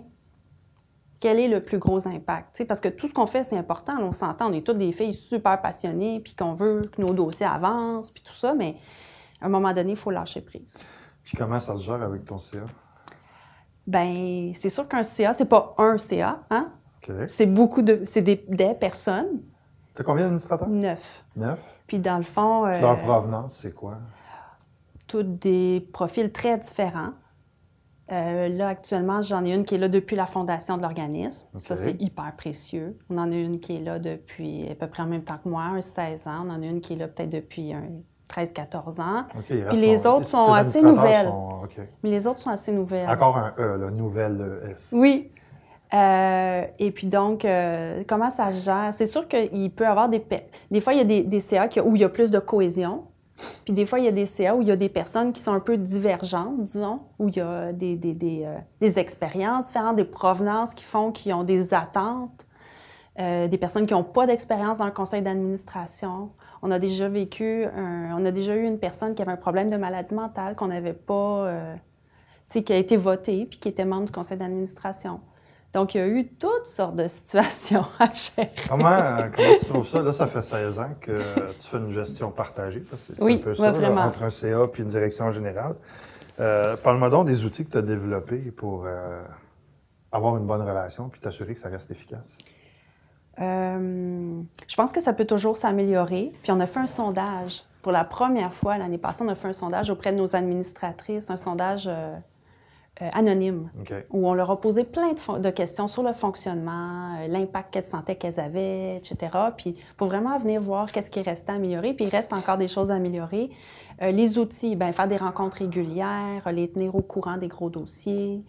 quel est le plus gros impact? T'sais, parce que tout ce qu'on fait, c'est important. Là, on s'entend, on est toutes des filles super passionnées, puis qu'on veut que nos dossiers avancent, puis tout ça, mais à un moment donné, il faut lâcher prise. Puis comment ça se gère avec ton C A? Bien, c'est sûr qu'un C A, c'est pas un C A, hein? Okay. C'est beaucoup de... C'est des, des personnes. T'as combien d'administrateurs? Neuf. Neuf? Puis dans le fond... Puis leur euh, provenance, c'est quoi? Tous des profils très différents. Euh, là, actuellement, j'en ai une qui est là depuis la fondation de l'organisme. Okay. Ça, c'est hyper précieux. On en a une qui est là depuis à peu près en même temps que moi, un seize ans. On en a une qui est là peut-être depuis un treize quatorze ans. Okay, Puis les autres sont assez nouvelles. Sont... Okay. Mais les autres sont assez nouvelles. Encore un E, là, nouvelle E S. Oui. Euh, et puis donc, euh, comment ça se gère? C'est sûr qu'il peut y avoir des... Des fois, il y a des, des C A qui, où il y a plus de cohésion. Puis des fois, il y a des C A où il y a des personnes qui sont un peu divergentes, disons, où il y a des, des, des, euh, des expériences différentes, des provenances qui font qu'ils ont des attentes, euh, des personnes qui n'ont pas d'expérience dans le conseil d'administration. On a déjà vécu, un, on a déjà eu une personne qui avait un problème de maladie mentale qu'on n'avait pas, euh, tu sais, qui a été votée puis qui était membre du conseil d'administration. Donc, il y a eu toutes sortes de situations à gérer. Comment, euh, comment tu trouves ça? Là, ça fait seize ans que tu fais une gestion partagée. C'est, c'est oui, un peu ça, ouais, là, entre un C A et une direction générale. Euh, parle-moi donc des outils que tu as développés pour euh, avoir une bonne relation puis t'assurer que ça reste efficace. Euh, Je pense que ça peut toujours s'améliorer. Puis on a fait un sondage. Pour la première fois, l'année passée, on a fait un sondage auprès de nos administratrices, un sondage euh, euh, anonyme, Okay. où on leur a posé plein de, fon- de questions sur le fonctionnement, euh, l'impact qu'elles sentaient qu'elles avaient, et cetera. Puis pour vraiment venir voir qu'est-ce qui restait à améliorer. Puis il reste encore des choses à améliorer. Euh, les outils, bien, faire des rencontres régulières, les tenir au courant des gros dossiers.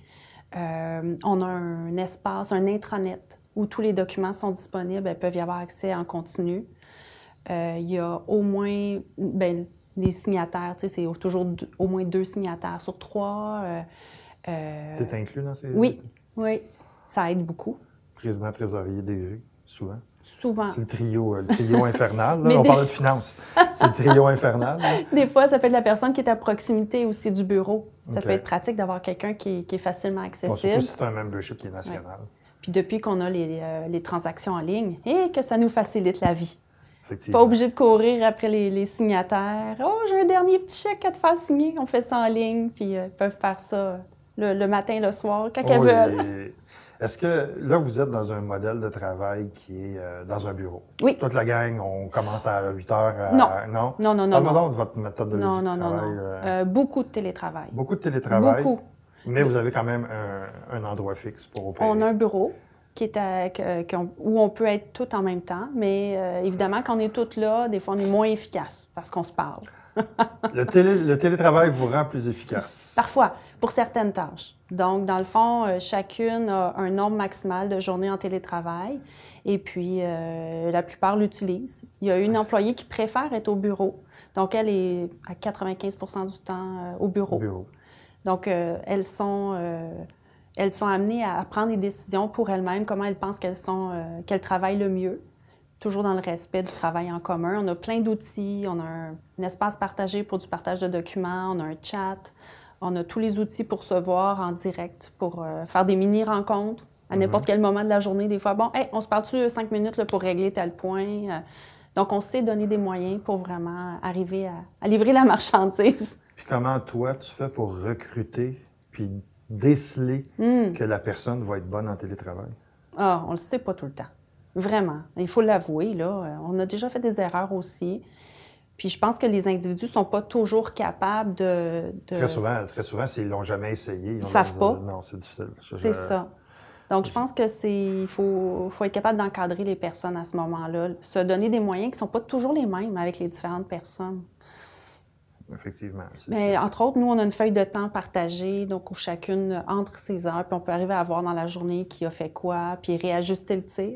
Euh, on a un espace, un intranet, où tous les documents sont disponibles, elles peuvent y avoir accès en continu. Euh, il y a au moins, ben, les signataires, tu sais, c'est toujours deux- au moins deux signataires sur trois. Euh, euh, Tu es inclus dans ces... oui, oui, ça aide beaucoup. Président, trésorier, D G, souvent. Souvent. C'est le trio, euh, le trio infernal. Là. Mais On des- parle de finances. C'est le trio infernal. Là. Des fois, ça peut être la personne qui est à proximité aussi du bureau. Ça OK. peut être pratique d'avoir quelqu'un qui, qui est facilement Bon, accessible. surtout si c'est un membership qui est national. Puis depuis qu'on a les, euh, les transactions en ligne, et que ça nous facilite la vie. Effectivement. Pas obligé de courir après les, les signataires. « Oh, j'ai un dernier petit chèque à te faire signer. » On fait ça en ligne, puis euh, ils peuvent faire ça le, le matin, le soir, quand elles Oui. veulent. Est-ce que là, vous êtes dans un modèle de travail qui est euh, dans un bureau? Oui. Toute la gang, on commence à huit heures à... Non. Non? Non, non, non, Parle-moi non. donc de votre méthode de Non, non, non, travail. non. euh, Euh, beaucoup de télétravail. Beaucoup de télétravail. Beaucoup. Mais vous avez quand même un, un endroit fixe pour opérer. On a un bureau qui est à- que- qu'on- où on peut être tout en même temps, mais euh, évidemment, quand on est toutes là, des fois, on est moins efficace parce qu'on se parle. Le, télé- le télétravail vous rend plus efficace. Parfois, pour certaines tâches. Donc, dans le fond, euh, chacune a un nombre maximal de journées en télétravail et puis euh, la plupart l'utilisent. Il y a une employée qui préfère être au bureau. Donc, elle est à quatre-vingt-quinze pour cent du temps euh, au bureau. Au bureau. Donc, euh, elles sont... euh, elles sont amenées à prendre des décisions pour elles-mêmes, comment elles pensent qu'elles sont, euh, qu'elles travaillent le mieux, toujours dans le respect du travail en commun. On a plein d'outils, on a un, un espace partagé pour du partage de documents, on a un chat, on a tous les outils pour se voir en direct, pour euh, faire des mini-rencontres à n'importe quel moment de la journée. Des fois, bon, hey, on se parle-tu cinq minutes là, pour régler tel point? Euh, donc, on sait donner des moyens pour vraiment arriver à, à livrer la marchandise. Puis comment, toi, tu fais pour recruter puis déceler Mm. que la personne va être bonne en télétravail? Ah, on le sait pas tout le temps. Vraiment. Il faut l'avouer, là. Euh, On a déjà fait des erreurs aussi. Puis je pense que les individus sont pas toujours capables de... de- Très souvent, très souvent, s'ils l'ont jamais essayé, Ils ont savent dit, pas. Non, c'est difficile. Je- C'est je- ça. Donc, je pense que c'est... Il faut, faut être capable d'encadrer les personnes à ce moment-là. Se donner des moyens qui sont pas toujours les mêmes avec les différentes personnes. Effectivement. c'est- Mais c'est- entre autres, nous, on a une feuille de temps partagée, donc où chacune entre ses heures, puis on peut arriver à voir dans la journée qui a fait quoi, puis réajuster le tir.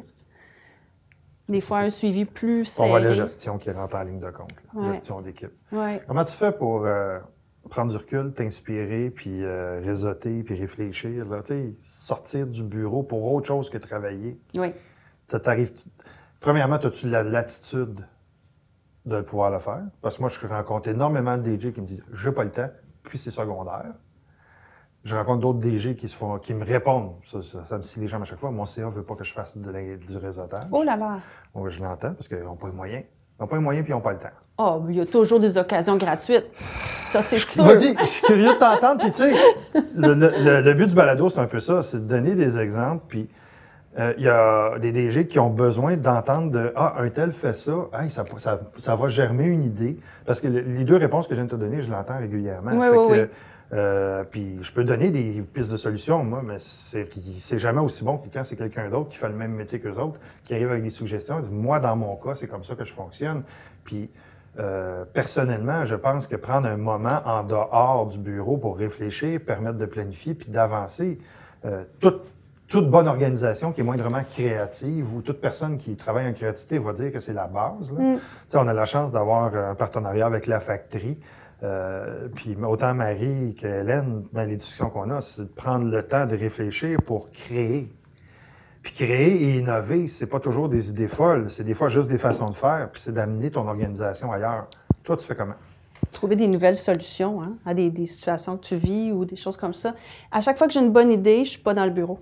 Des fois, un suivi plus On serré. voit la gestion qui rentre en ligne de compte, là. Ouais. Gestion d'équipe. Ouais. Comment tu fais pour euh, prendre du recul, t'inspirer, puis euh, réseauter, puis réfléchir, là, tu sais, sortir du bureau pour autre chose que travailler? Oui. Ça t'arrive... Premièrement, as-tu la latitude de pouvoir le faire? Parce que moi, je rencontre énormément de D J qui me disent « j'ai pas le temps », puis c'est secondaire. Je rencontre d'autres D J qui, se font, qui me répondent. Ça, ça, ça me scie les jambes à chaque fois. Mon C A veut pas que je fasse de la- du réseautage. Oh là là! Bon, je l'entends parce qu'ils n'ont pas les moyens. Ils n'ont pas les moyens puis ils n'ont pas le temps. Oh, il y a toujours des occasions gratuites. Ça, c'est sûr. Vas-y, je suis curieux de t'entendre. Puis tu sais, le, le- le- le but du balado, c'est un peu ça, c'est de donner des exemples. Puis euh, il y a des D J qui ont besoin d'entendre de « Ah, un tel fait ça, hey, ça, ça, ça va germer une idée. » Parce que le- les deux réponses que je viens de te donner, je l'entends régulièrement. Oui, Fait oui, que, oui. euh, puis je peux donner des pistes de solutions, moi, mais c'est c'est jamais aussi bon que quand c'est quelqu'un d'autre qui fait le même métier qu'eux autres, qui arrive avec des suggestions. Il dit, moi, dans mon cas, c'est comme ça que je fonctionne. Puis euh, personnellement, je pense que prendre un moment en dehors du bureau pour réfléchir, permettre de planifier puis d'avancer, euh, toute, toute bonne organisation qui est moindrement créative ou toute personne qui travaille en créativité va dire que c'est la base. Là. Mm. Tu sais, on a la chance d'avoir un partenariat avec la Factory. Euh, puis autant Marie qu'Hélène, dans les discussions qu'on a, c'est de prendre le temps de réfléchir pour créer. Puis créer et innover, c'est pas toujours des idées folles, c'est des fois juste des façons de faire, puis c'est d'amener ton organisation ailleurs. Toi, tu fais comment? Trouver des nouvelles solutions hein, à des, des situations que tu vis ou des choses comme ça. À chaque fois que j'ai une bonne idée, je suis pas dans le bureau.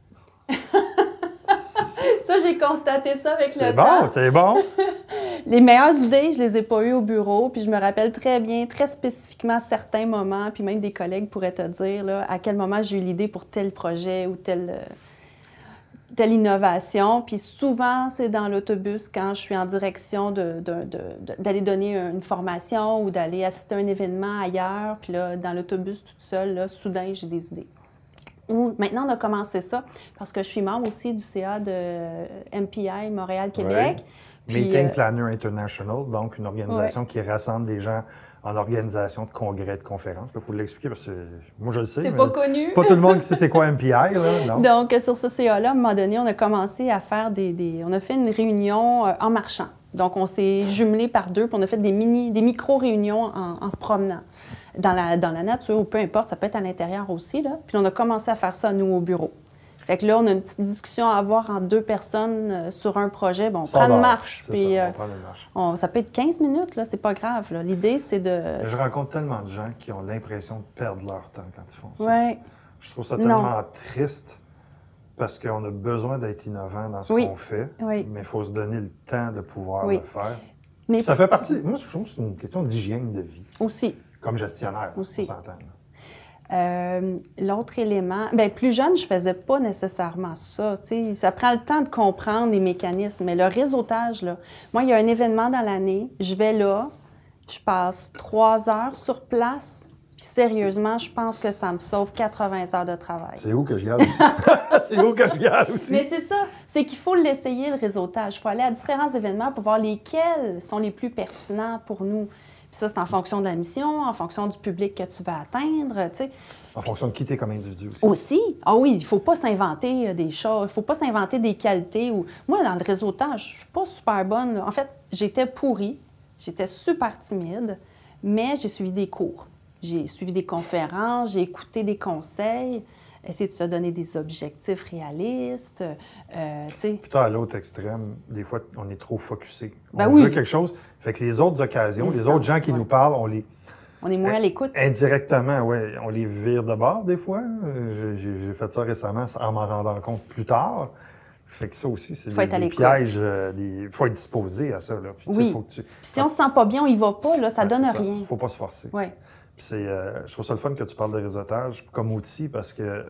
Ça, j'ai constaté ça avec le C'est temps. bon, c'est bon. Les meilleures idées, je les ai pas eues au bureau, puis je me rappelle très bien, très spécifiquement certains moments, puis même des collègues pourraient te dire là, à quel moment j'ai eu l'idée pour tel projet ou tel... euh, telle innovation. Puis souvent, c'est dans l'autobus quand je suis en direction de, de, de, de, d'aller donner une formation ou d'aller assister à un événement ailleurs. Puis là, dans l'autobus toute seule, là, soudain, j'ai des idées. Ou maintenant, on a commencé ça parce que je suis membre aussi du C A de M P I Montréal-Québec. Oui. Puis, Meeting euh, Planner International, donc une organisation ouais. qui rassemble des gens en organisation de congrès, de conférences. Il faut l'expliquer parce que moi, je le sais. C'est mais pas connu. C'est pas tout le monde qui sait c'est quoi M P I. Là, non? Donc, sur ce C A-là, à un moment donné, on a commencé à faire des... des on a fait une réunion euh, en marchant. Donc, on s'est jumelés par deux, puis on a fait des mini, des micro-réunions en, en se promenant dans la, dans la nature ou peu importe, ça peut être à l'intérieur aussi, là. Puis on a commencé à faire ça, nous, au bureau. Fait que là, on a une petite discussion à avoir entre deux personnes euh, sur un projet. Bon, on Ça prend dort, une marche. C'est Puis, ça, euh, on prend une marche. on, ça peut être quinze minutes, là, c'est pas grave. Là. L'idée, c'est de... Je rencontre tellement de gens qui ont l'impression de perdre leur temps quand ils font ça. Ouais. Je trouve ça Non. tellement triste parce qu'on a besoin d'être innovant dans ce Oui. qu'on fait, Oui. mais il faut se donner le temps de pouvoir Oui. le faire. Mais Puis ça fait partie... Moi, je trouve que c'est une question d'hygiène de vie, aussi. comme gestionnaire, Aussi. on s'entend. là. Euh, l'autre élément, bien, plus jeune, je faisais pas nécessairement ça. Tu sais, ça prend le temps de comprendre les mécanismes. Mais le réseautage, là, moi, il y a un événement dans l'année, je vais là, je passe trois heures sur place, puis sérieusement, je pense que ça me sauve quatre-vingts heures de travail. C'est où que je garde aussi? C'est où que je garde aussi? Mais c'est ça, c'est qu'il faut l'essayer, le réseautage. Il faut aller à différents événements pour voir lesquels sont les plus pertinents pour nous. Puis ça, c'est en fonction de la mission, en fonction du public que tu vas atteindre, tu sais. En fonction de qui tu es comme individu aussi. Aussi. Ah oui, il ne faut pas s'inventer des choses, il ne faut pas s'inventer des qualités. Ou... Moi, dans le réseautage, je ne suis pas super bonne. En fait, j'étais pourrie, j'étais super timide, mais j'ai suivi des cours. J'ai suivi des conférences, j'ai écouté des conseils, essayé de se donner des objectifs réalistes, euh, tu sais. Plutôt à l'autre extrême, des fois, on est trop focusé. Ben on oui. veut quelque chose, fait que les autres occasions, Les les, sens, autres gens qui ouais. nous parlent, on les... On est moins à l'écoute. Indirectement, oui, on les vire de bord des fois. Euh, J'ai j'ai fait ça récemment en m'en rendant compte plus tard. Fait que ça aussi, c'est Faut des, être à des l'écoute. pièges. Il faut être disposé à ça. Là. Puis, tu sais, Oui. faut que tu... Puis si on se sent pas bien, on y va pas, là, ça Ouais, donne c'est rien. Il faut pas se forcer. Oui. Puis c'est, euh, je trouve ça le fun que tu parles de réseautage comme outil parce que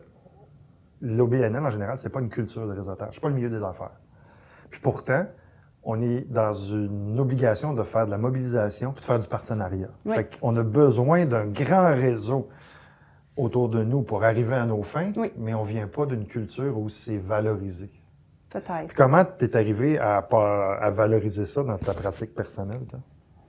l'O B N L, en général, c'est pas une culture de réseautage. C'est pas le milieu des affaires. Puis pourtant, on est dans une obligation de faire de la mobilisation puis de faire du partenariat. Oui. Fait qu'on a besoin d'un grand réseau autour de nous pour arriver à nos fins, Oui. mais on vient pas d'une culture où c'est valorisé. Peut-être. Puis comment tu es arrivé à, à valoriser ça dans ta pratique personnelle, toi?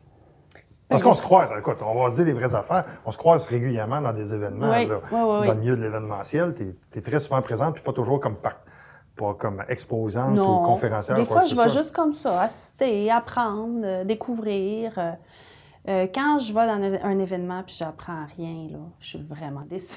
Parce qu'on se croise, écoute, on va se dire les vraies affaires, on se croise régulièrement dans des événements. Oui, là. oui, oui, oui. Dans le milieu de l'événementiel, tu es très souvent présente, puis pas toujours comme, par, pas comme exposante Non. ou conférencière. Des quoi fois, que je ce vais soit. juste comme ça, assister, apprendre, euh, découvrir. Euh, euh, quand je vais dans un, un événement puis j'apprends rien, là, je suis vraiment déçue.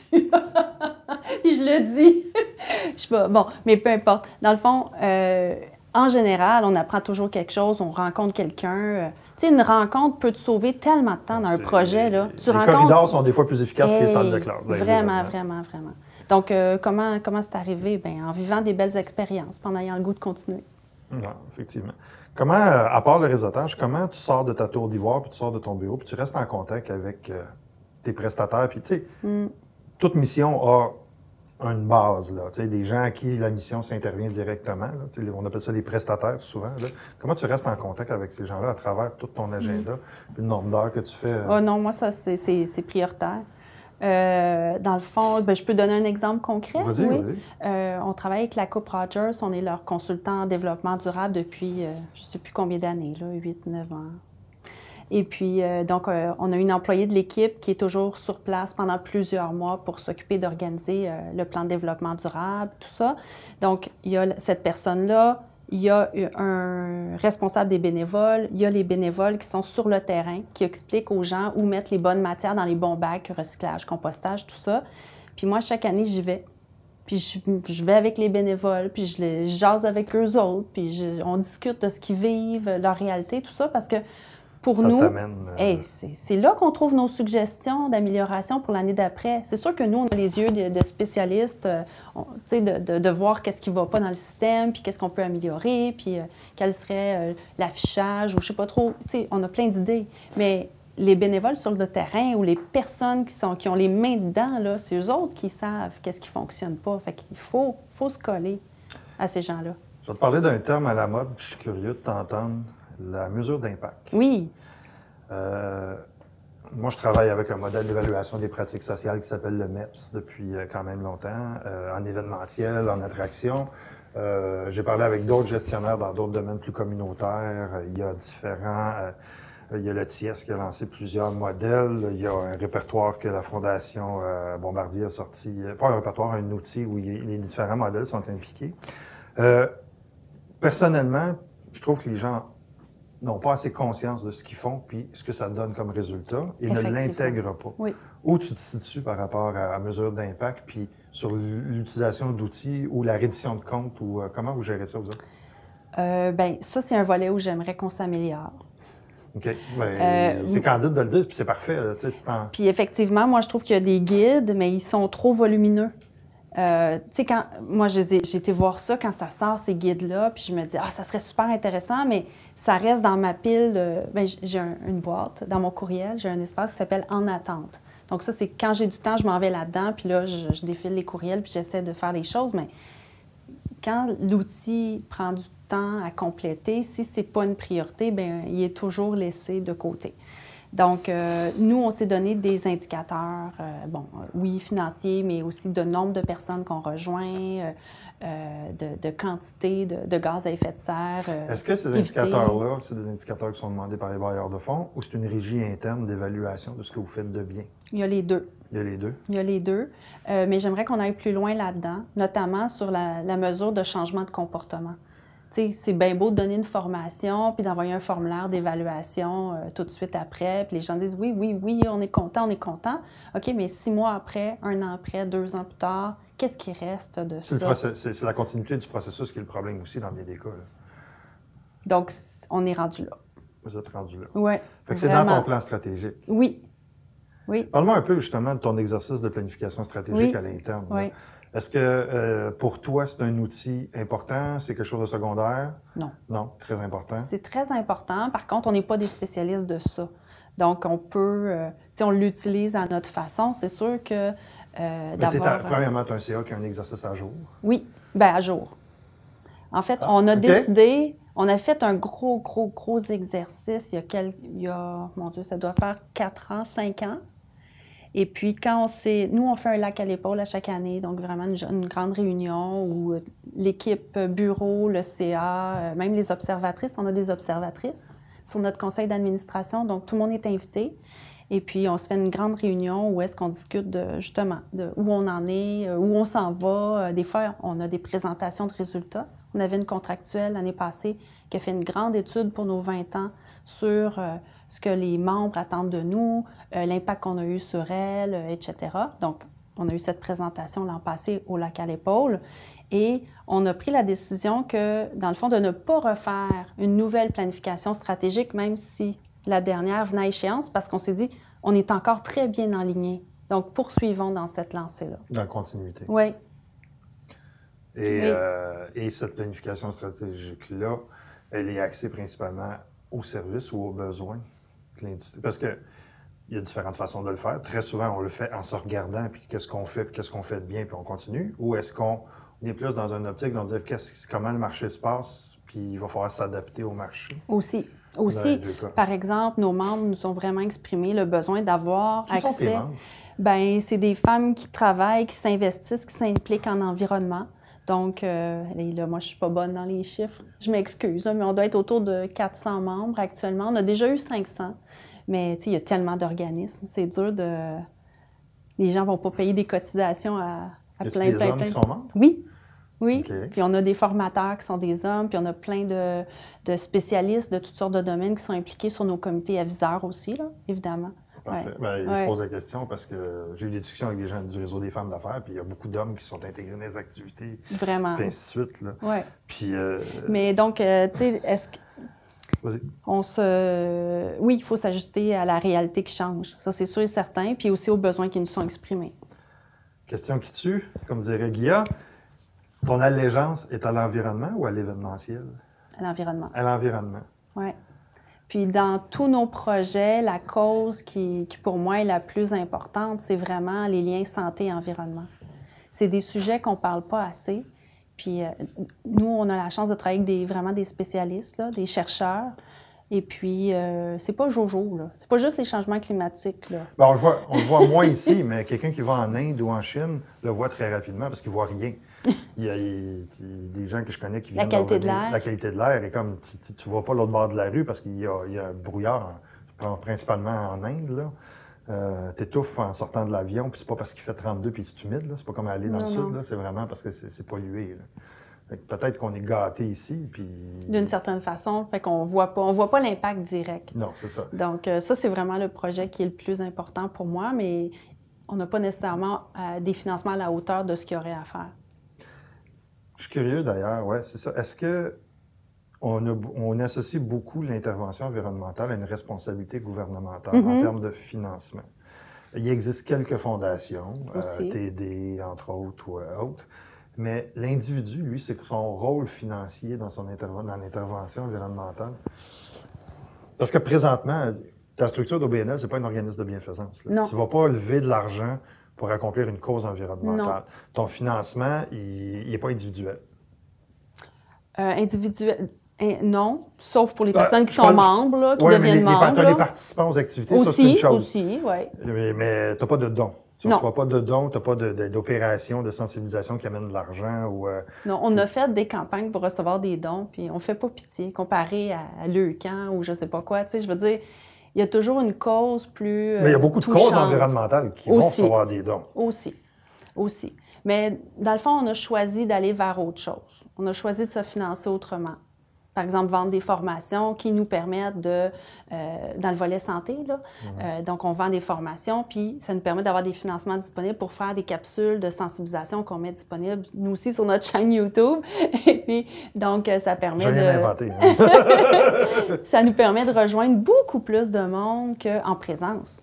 Puis je le dis. Je sais pas. Bon, mais peu importe. Dans le fond, euh, en général, on apprend toujours quelque chose, on rencontre quelqu'un. Euh, tu sais, une rencontre peut te sauver tellement de temps dans un C'est- projet, là. Tu les rencontres... corridors sont des fois plus efficaces que les Hey, salles de classe. dans les Vraiment, événements. vraiment, vraiment. Donc, euh, comment, comment c'est arrivé? Bien, en vivant des belles expériences, puis en ayant le goût de continuer. Non, effectivement. Comment, euh, à part le réseautage, comment tu sors de ta tour d'ivoire, puis tu sors de ton bureau, puis tu restes en contact avec euh, tes prestataires, puis tu sais, Mm. toute mission a une base, là, tu sais, des gens à qui la mission s'intervient directement, là, tu sais, on appelle ça les prestataires souvent. Là. Comment tu restes en contact avec ces gens-là à travers tout ton agenda, puis le nombre d'heures que tu fais? euh, Oh non, moi, ça, c'est- c'est c'est prioritaire. Euh, dans le fond, ben, je peux donner un exemple concret. Vas-y, oui. vas-y. Euh, on travaille avec la Coupe Rogers. On est leur consultant en développement durable depuis, euh, je ne sais plus combien d'années, là, huit, neuf ans. Et puis, euh, donc, euh, on a une employée de l'équipe qui est toujours sur place pendant plusieurs mois pour s'occuper d'organiser euh, le plan de développement durable, tout ça. Donc, il y a cette personne-là, il y a un responsable des bénévoles, il y a les bénévoles qui sont sur le terrain, qui expliquent aux gens où mettre les bonnes matières dans les bons bacs, recyclage, compostage, tout ça. Puis moi, chaque année, j'y vais. Puis je, je vais avec les bénévoles, puis je, les, je jase avec eux autres, puis je- on discute de ce qu'ils vivent, leur réalité, tout ça, parce que pour Ça nous, t'amène, euh, hey, c'est c'est là qu'on trouve nos suggestions d'amélioration pour l'année d'après. C'est sûr que nous, on a les yeux de, de spécialistes, euh, on- tu sais, de, de, de voir qu'est-ce qui ne va pas dans le système, puis qu'est-ce qu'on peut améliorer, puis euh, quel serait euh, l'affichage, ou je sais pas trop. Tu sais, on a plein d'idées. Mais les bénévoles sur le terrain ou les personnes qui, sont, qui ont les mains dedans, là, c'est eux autres qui savent qu'est-ce qui ne fonctionne pas. Fait qu'il faut, faut se coller. à ces gens-là. Je vais te parler d'un terme à la mode, puis je suis curieux de t'entendre, la mesure d'impact. Oui. Euh, moi, je travaille avec un modèle d'évaluation des pratiques sociales qui s'appelle le M E P S depuis euh, quand même longtemps, euh, en événementiel, en attraction. Euh, j'ai parlé avec d'autres gestionnaires dans d'autres domaines plus communautaires. Il y a différents... Euh, il y a le T I E S qui a lancé plusieurs modèles. Il y a un répertoire que la Fondation euh, Bombardier a sorti. Pas un répertoire, un outil où il, les différents modèles sont impliqués. Euh, personnellement, je trouve que les gens n'ont pas assez conscience de ce qu'ils font puis ce que ça donne comme résultat et ne l'intègrent pas. Oui. Où tu te situes par rapport à la mesure d'impact puis sur l'utilisation d'outils ou la reddition de comptes ou euh, comment vous gérez ça, vous autres? Euh, bien, ça, c'est un volet où j'aimerais qu'on s'améliore. OK. Euh, c'est candide de le dire, puis c'est parfait. Là, en... Puis effectivement, moi, je trouve qu'il y a des guides, mais ils sont trop volumineux. Euh, tu sais, quand moi, j'ai été voir ça quand ça sort, ces guides-là, puis je me dis, ah, ça serait super intéressant, mais ça reste dans ma pile de... Bien, j'ai un, une boîte dans mon courriel, j'ai un espace qui s'appelle « En attente ». Donc ça, c'est quand j'ai du temps, je m'en vais là-dedans, puis là, je, je défile les courriels, puis j'essaie de faire les choses, mais quand l'outil prend du temps à compléter, si c'est pas une priorité, bien, il est toujours laissé de côté. Donc, euh, nous, on s'est donné des indicateurs, euh, bon, euh, oui, financiers, mais aussi de nombre de personnes qu'on rejoint, euh, euh, de, de quantité de, de gaz à effet de serre. Euh, Est-ce que ces indicateurs-là, c'est des indicateurs qui sont demandés par les bailleurs de fonds ou c'est une régie interne d'évaluation de ce que vous faites de bien? Il y a les deux. Il y a les deux? Il y a les deux. Euh, mais j'aimerais qu'on aille plus loin là-dedans, notamment sur la, la mesure de changement de comportement. Tu sais, c'est bien beau de donner une formation puis d'envoyer un formulaire d'évaluation euh, tout de suite après. Puis les gens disent oui, oui, oui, on est content, on est content. OK, mais six mois après, un an après, deux ans plus tard, qu'est-ce qui reste de ça? C'est la continuité du processus qui est le problème aussi dans bien des cas. Là. Donc, on est rendu là. Vous êtes rendu là. Oui. Fait que c'est dans ton plan stratégique. Oui. Oui. Parle-moi un peu justement de ton exercice de planification stratégique oui. à l'interne. Oui. Est-ce que euh, pour toi, c'est un outil important? C'est quelque chose de secondaire? Non. Non, très important. C'est très important. Par contre, on n'est pas des spécialistes de ça. Donc, on peut, euh, tu sais, on l'utilise à notre façon. C'est sûr que euh, d'avoir... Premièrement, tu as un C A qui a un exercice à jour. Oui, bien à jour. En fait, ah, on a okay. décidé, on a fait un gros, gros, gros exercice il y a, quel, il y a, mon Dieu, ça doit faire quatre ans, cinq ans. Et puis, quand on s'est... Nous, on fait un lac à l'épaule à chaque année, donc vraiment une, une grande réunion où l'équipe bureau, le C A, même les observatrices, on a des observatrices sur notre conseil d'administration, donc tout le monde est invité. Et puis, on se fait une grande réunion où est-ce qu'on discute de, justement, de où on en est, où on s'en va. Des fois, on a des présentations de résultats. On avait une contractuelle l'année passée qui a fait une grande étude pour nos vingt ans sur euh, ce que les membres attendent de nous, euh, l'impact qu'on a eu sur elles, euh, et cetera. Donc, on a eu cette présentation l'an passé au lac à l'épaule. Et on a pris la décision que, dans le fond, de ne pas refaire une nouvelle planification stratégique, même si la dernière venait à échéance, parce qu'on s'est dit, on est encore très bien aligné. Donc, poursuivons dans cette lancée-là. Dans la continuité. Oui. Et, oui. Euh, et cette planification stratégique-là, elle est axée principalement aux services ou aux besoins de l'industrie. Parce qu'il y a différentes façons de le faire. Très souvent, on le fait en se regardant, puis qu'est-ce qu'on fait, puis qu'est-ce qu'on fait de bien, puis on continue. Ou est-ce qu'on est plus dans une optique de dire comment le marché se passe, puis il va falloir s'adapter au marché? Aussi. Aussi, par exemple, nos membres nous ont vraiment exprimé le besoin d'avoir accès... Qui sont tes membres? Bien, c'est des femmes qui travaillent, qui s'investissent, qui s'impliquent en environnement. Donc, euh, et là, moi, je suis pas bonne dans les chiffres. Je m'excuse, mais on doit être autour de quatre cents membres actuellement. On a déjà eu cinq cents, mais tu sais, il y a tellement d'organismes. C'est dur de... Les gens vont pas payer des cotisations à, à y plein, des plein, hommes plein. Qui sont membres? Oui. Oui, okay. Puis on a des formateurs qui sont des hommes, puis on a plein de, de spécialistes de toutes sortes de domaines qui sont impliqués sur nos comités aviseurs aussi, là, évidemment. Parfait. Ouais. Bien, ouais. Je pose la question parce que j'ai eu des discussions avec des gens du réseau des femmes d'affaires, puis il y a beaucoup d'hommes qui sont intégrés dans les activités. Vraiment. Et ainsi de suite. Là. Ouais. Puis, euh, Mais donc, euh, tu sais, est-ce que... Vas-y. On se... Oui, il faut s'ajuster à la réalité qui change. Ça, c'est sûr et certain. Puis aussi aux besoins qui nous sont exprimés. Question qui tue, comme dirait Guilla. Ton allégeance est à l'environnement ou à l'événementiel? À l'environnement. À l'environnement. Oui. Puis dans tous nos projets, la cause qui, qui pour moi est la plus importante, c'est vraiment les liens santé et environnement. C'est des sujets qu'on ne parle pas assez, Puis euh, nous, on a la chance de travailler avec des, vraiment des spécialistes, là, des chercheurs. Et puis, euh, c'est pas jojo, là. C'est pas juste les changements climatiques, là. Bien, on le voit, on le voit moins ici, mais quelqu'un qui va en Inde ou en Chine le voit très rapidement parce qu'il voit rien. Il y a, il y a des gens que je connais qui viennent... La qualité de de l'air. La qualité de l'air est comme... Tu ne vois pas l'autre bord de la rue parce qu'il y a, il y a un brouillard, principalement en Inde, là. Euh, t'étouffes en sortant de l'avion, puis c'est pas parce qu'il fait trente-deux puis c'est humide, là. C'est pas comme aller dans non, le sud, non. là. C'est vraiment parce que c'est, c'est pollué, là. Peut-être qu'on est gâté ici, puis... D'une certaine façon, fait qu'on voit pas, on voit pas l'impact direct. Non, c'est ça. Donc, euh, ça, c'est vraiment le projet qui est le plus important pour moi, mais on n'a pas nécessairement euh, des financements à la hauteur de ce qu'il y aurait à faire. Je suis curieux, d'ailleurs, ouais, c'est ça. Est-ce que on, a, on associe beaucoup l'intervention environnementale à une responsabilité gouvernementale mm-hmm. en termes de financement? Il existe quelques fondations, euh, T D, entre autres, ou euh, autres. Mais l'individu, lui, c'est son rôle financier dans, son interv- dans l'intervention environnementale. Parce que présentement, ta structure d'O B N L, c'est pas un organisme de bienfaisance. Là. Non. Tu ne vas pas lever de l'argent pour accomplir une cause environnementale. Non. Ton financement, il n'est pas individuel. Euh, individuel... Non, sauf pour les personnes ben, qui sont membres, là, qui ouais, deviennent mais les, membres. Tu as les participants aux activités, aussi, ça, c'est une chose. Aussi, oui. Mais, mais tu n'as pas de dons. Tu ne reçois pas de dons, tu n'as pas de, de, d'opération, de sensibilisation qui amène de l'argent. Ou, euh, non, on a fait des campagnes pour recevoir des dons, puis on ne fait pas pitié comparé à, à l'Eucan ou je ne sais pas quoi. Tu sais, je veux dire, il y a toujours une cause plus euh, Mais il y a beaucoup de touchante. causes environnementales qui aussi, vont recevoir des dons. Aussi, aussi. Mais dans le fond, on a choisi d'aller vers autre chose. On a choisi de se financer autrement. Par exemple, vendre des formations qui nous permettent de, euh, dans le volet santé, là, mmh. euh, donc on vend des formations, puis ça nous permet d'avoir des financements disponibles pour faire des capsules de sensibilisation qu'on met disponibles, nous aussi, sur notre chaîne YouTube. Et puis, donc, ça permet J'ai de... rien inventé. Hein? Ça nous permet de rejoindre beaucoup plus de monde qu'en présence.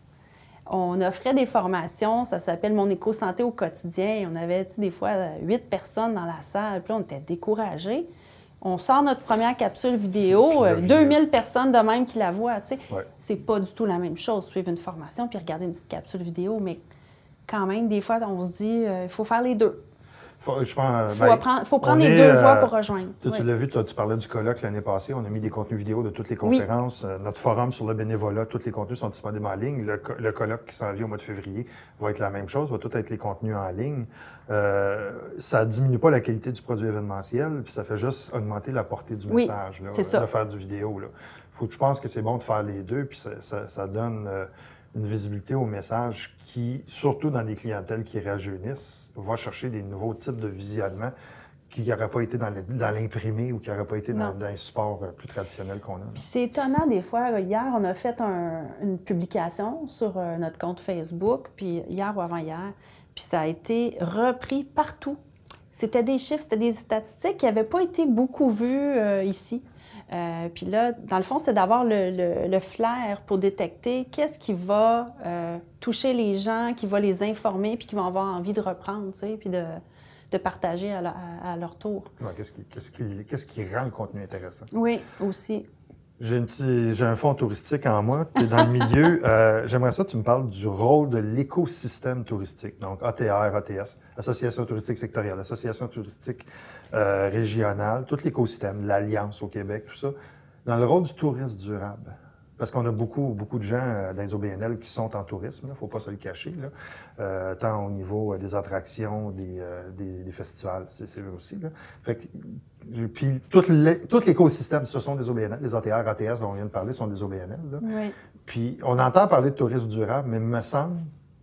On offrait des formations, ça s'appelle Mon éco-santé au quotidien. On avait, tu sais, des fois, huit personnes dans la salle, puis là, on était découragés. On sort notre première capsule vidéo, euh, deux mille personnes de même qui la voient. Tu sais. Ouais. C'est pas du tout la même chose, suivre une formation puis regarder une petite capsule vidéo, mais quand même, des fois, on se dit, il euh, faut faire les deux. Faut, je pense, faut, ben, apprendre, faut prendre les est, deux euh, voies pour rejoindre. Toi, oui. Tu l'as vu, toi, tu parlais du colloque l'année passée. On a mis des contenus vidéo de toutes les conférences. Oui. Euh, notre forum sur le bénévolat, tous les contenus sont disponibles en ligne. Le, le colloque qui s'en vient au mois de février va être la même chose, va tout être les contenus en ligne. Euh, ça ne diminue pas la qualité du produit événementiel, puis ça fait juste augmenter la portée du oui, message, là, c'est ça. de faire du vidéo. Là. Faut, je pense que c'est bon de faire les deux, puis ça, ça, ça donne euh, une visibilité au message qui, surtout dans des clientèles qui rajeunissent, va chercher des nouveaux types de visionnement qui n'auraient pas été dans, le, dans l'imprimé ou qui n'auraient pas été dans, dans un support plus traditionnel qu'on a. Puis c'est étonnant des fois. Hier, on a fait un, une publication sur euh, notre compte Facebook, puis hier ou avant-hier, puis ça a été repris partout. C'était des chiffres, c'était des statistiques qui n'avaient pas été beaucoup vues euh, ici. Euh, puis là, dans le fond, c'est d'avoir le, le, le flair pour détecter qu'est-ce qui va euh, toucher les gens, qui va les informer, puis qui vont avoir envie de reprendre, tu sais, puis de, de partager à, la, à, à leur tour. Ouais, qu'est-ce, qui, qu'est-ce, qui, qu'est-ce qui rend le contenu intéressant? Oui, aussi. J'ai, une petite, j'ai un fonds touristique en moi, tu es dans le milieu. Euh, j'aimerais ça que tu me parles du rôle de l'écosystème touristique, donc A T R, A T S, Association touristique sectorielle, Association touristique euh, régionale, tout l'écosystème, l'Alliance au Québec, tout ça, dans le rôle du tourisme durable. Parce qu'on a beaucoup, beaucoup de gens euh, dans les O B N L qui sont en tourisme, il ne faut pas se le cacher, là. Euh, tant au niveau euh, des attractions, des, euh, des, des festivals, c'est, c'est vrai aussi. Là. Fait que, puis tout, les, tout l'écosystème, ce sont des O B N L. Les A T R, A T S dont on vient de parler sont des O B N L. Là. Oui. Puis on entend parler de tourisme durable, mais il me semble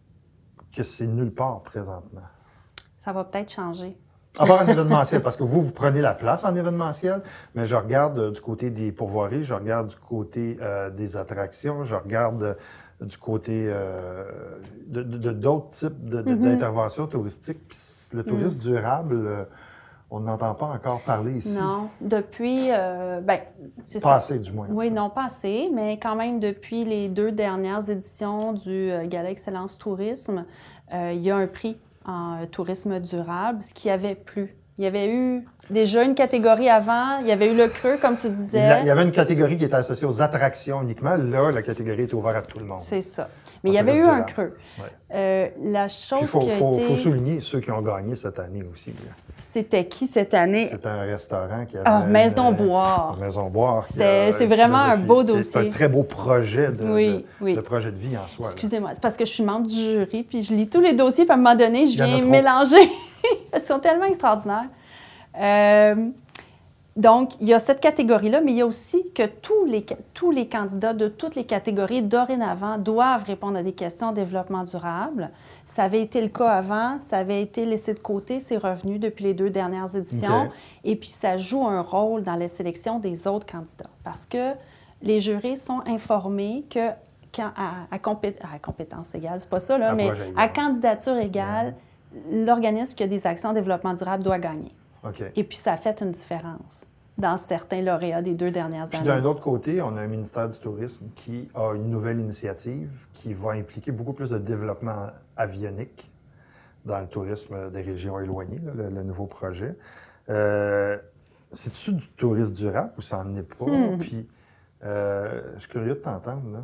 que c'est nulle part présentement. Ça va peut-être changer. À part en événementiel, parce que vous, vous prenez la place en événementiel, mais je regarde euh, du côté des pourvoiries, je regarde du côté euh, des attractions, je regarde euh, du côté euh, de, de, de, d'autres types de, de, mm-hmm. d'interventions touristiques. Puis le tourisme mm. durable, euh, on n'entend pas encore parler ici. Non, depuis, euh, ben, c'est pas ça. assez, du moins. Oui, non, pas assez, mais quand même, depuis les deux dernières éditions du euh, Gala Excellence Tourisme, euh, il y a un prix en tourisme durable, ce qui avait plus. Il y avait eu déjà une catégorie avant. Il y avait eu le creux, comme tu disais. Il y avait une catégorie qui était associée aux attractions uniquement. Là, la catégorie est ouverte à tout le monde. C'est ça. Mais il y avait eu un creux. Ouais. Euh, la chose Il faut, qui a faut, été... faut souligner ceux qui ont gagné cette année aussi. C'était qui cette année? C'était un restaurant qui avait... Ah, Maison Boire. Maison Boire. C'est vraiment un beau dossier. C'est un très beau projet de, oui, de, oui. de projet de vie en soi. Excusez-moi, c'est parce que je suis membre du jury, puis je lis tous les dossiers, puis à un moment donné, je viens mélanger. Parce qu'ils sont tellement extraordinaires. Euh, donc, il y a cette catégorie-là, mais il y a aussi que tous les, tous les candidats de toutes les catégories, dorénavant, doivent répondre à des questions de développement durable. Ça avait été le cas avant, ça avait été laissé de côté, c'est revenu depuis les deux dernières éditions. Okay. Et puis, ça joue un rôle dans la sélection des autres candidats. Parce que les jurés sont informés que, quand, à, à, compé à compétence égale, c'est pas ça, là, à mais à candidature égale, ouais. l'organisme qui a des actions en développement durable doit gagner. Okay. Et puis, ça a fait une différence dans certains lauréats des deux dernières puis années. D'un autre côté, on a un ministère du Tourisme qui a une nouvelle initiative qui va impliquer beaucoup plus de développement avionique dans le tourisme des régions éloignées, là, le, le nouveau projet. Euh, C'est-tu du tourisme durable ou ça n'en est pas? Hmm. Puis, euh, je suis curieux de t'entendre, là.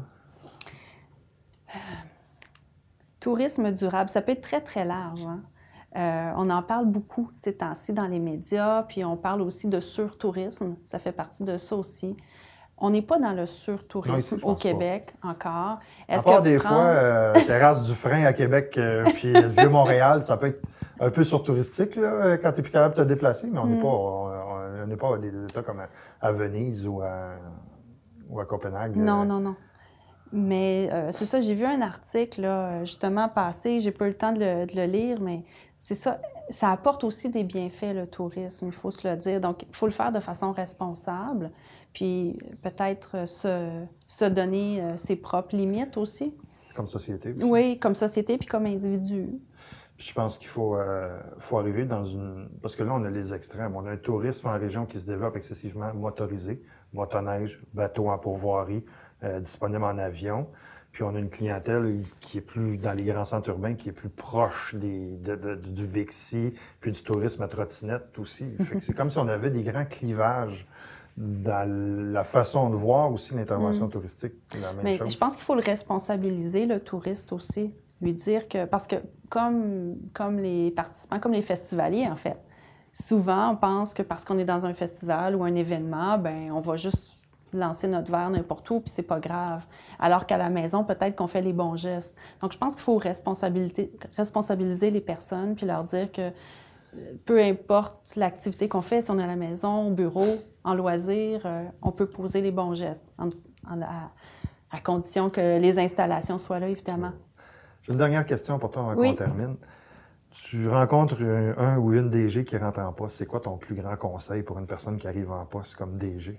Euh, tourisme durable, ça peut être très, très large, hein? Euh, on en parle beaucoup ces temps-ci dans les médias, puis on parle aussi de surtourisme, ça fait partie de ça aussi. On n'est pas dans le surtourisme au Québec pas. encore. À part des prendre... fois, euh, Terrasse du Frein à Québec, euh, puis le Vieux-Montréal, ça peut être un peu surtouristique là, quand tu n'es plus capable de te déplacer, mais on n'est mm. pas, on, on pas à des États comme à, à Venise ou à, ou à Copenhague. Non, euh... non, non. Mais euh, c'est ça, j'ai vu un article là, justement passé, j'ai pas eu le temps de le, de le lire, mais c'est ça, ça apporte aussi des bienfaits, le tourisme, il faut se le dire. Donc, il faut le faire de façon responsable, puis peut-être se, se donner euh, ses propres limites aussi. Comme société aussi. Oui, comme société, puis comme individu. Puis je pense qu'il faut, euh, faut arriver dans une... Parce que là, on a les extrêmes. On a un tourisme en région qui se développe excessivement motorisé, motoneige, bateau en pourvoirie, euh, disponible en avion. Puis on a une clientèle qui est plus dans les grands centres urbains, qui est plus proche des, de, de, du Bixi, puis du tourisme à trottinette aussi. Fait que c'est comme si on avait des grands clivages dans la façon de voir aussi l'intervention mmh. touristique. C'est la même Mais chose. Je pense qu'il faut le responsabiliser, le touriste aussi. Lui dire que... Parce que comme, comme les participants, comme les festivaliers, en fait, souvent, on pense que parce qu'on est dans un festival ou un événement, bien, on va juste lancer notre verre n'importe où, puis c'est pas grave. Alors qu'à la maison, peut-être qu'on fait les bons gestes. Donc, je pense qu'il faut responsabiliser les personnes puis leur dire que peu importe l'activité qu'on fait, si on est à la maison, au bureau, en loisir, euh, on peut poser les bons gestes, en, en, à, à condition que les installations soient là, évidemment. J'ai une dernière question pour toi avant oui. qu'on termine. Tu rencontres un, un ou une D G qui rentre en poste. C'est quoi ton plus grand conseil pour une personne qui arrive en poste comme D G?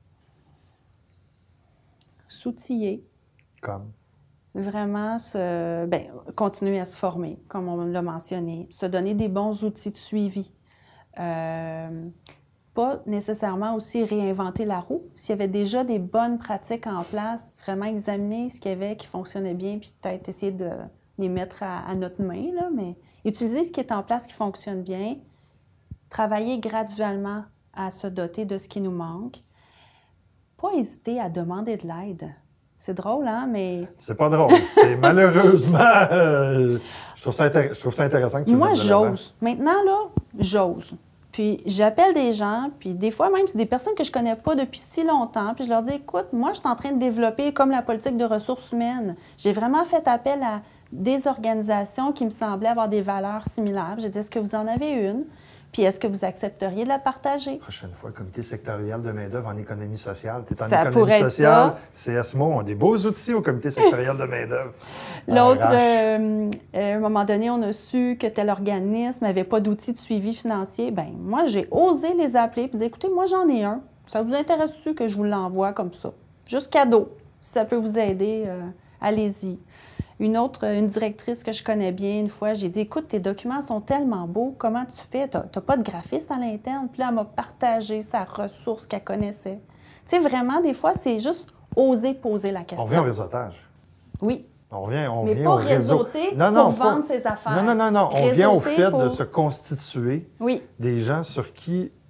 S'outiller. Comme? Vraiment, se, bien, continuer à se former, comme on l'a mentionné. Se donner des bons outils de suivi. Euh, pas nécessairement aussi réinventer la roue. S'il y avait déjà des bonnes pratiques en place, vraiment examiner ce qu'il y avait qui fonctionnait bien, puis peut-être essayer de les mettre à, à notre main, là, mais utiliser ce qui est en place qui fonctionne bien, travailler graduellement à se doter de ce qui nous manque. Pas hésiter à demander de l'aide. C'est drôle, hein, mais... C'est pas drôle. C'est malheureusement... Euh, je, trouve ça je trouve ça intéressant que tu Moi, le j'ose. Maintenant, là, j'ose. Puis j'appelle des gens, puis des fois même, c'est des personnes que je connais pas depuis si longtemps, puis je leur dis, écoute, moi, je suis en train de développer comme la politique de ressources humaines. J'ai vraiment fait appel à des organisations qui me semblaient avoir des valeurs similaires. J'ai dit, est-ce que vous en avez une? Puis est-ce que vous accepteriez de la partager? La prochaine fois, le comité sectoriel de main-d'œuvre en économie sociale. Tu es en ça économie sociale, C S M O, on a des beaux outils au comité sectoriel de main-d'œuvre. L'autre, euh, à un moment donné, on a su que tel organisme n'avait pas d'outils de suivi financier. Bien, moi, j'ai osé les appeler et dire, écoutez, moi, j'en ai un. Ça vous intéresse-tu que je vous l'envoie comme ça? Juste cadeau. Si ça peut vous aider, euh, allez-y. Une autre, une directrice que je connais bien, une fois, j'ai dit, écoute, tes documents sont tellement beaux, comment tu fais? Tu n'as pas de graphiste à l'interne? Puis là, elle m'a partagé sa ressource qu'elle connaissait. Tu sais, vraiment, des fois, c'est juste oser poser la question. On vient au réseautage. Oui. On vient, on Mais vient pas au réseau. réseauter non, non, pour pas... vendre ses affaires. Non, non, non, non. On réseauter vient au fait pour... de se constituer oui. des gens sur qui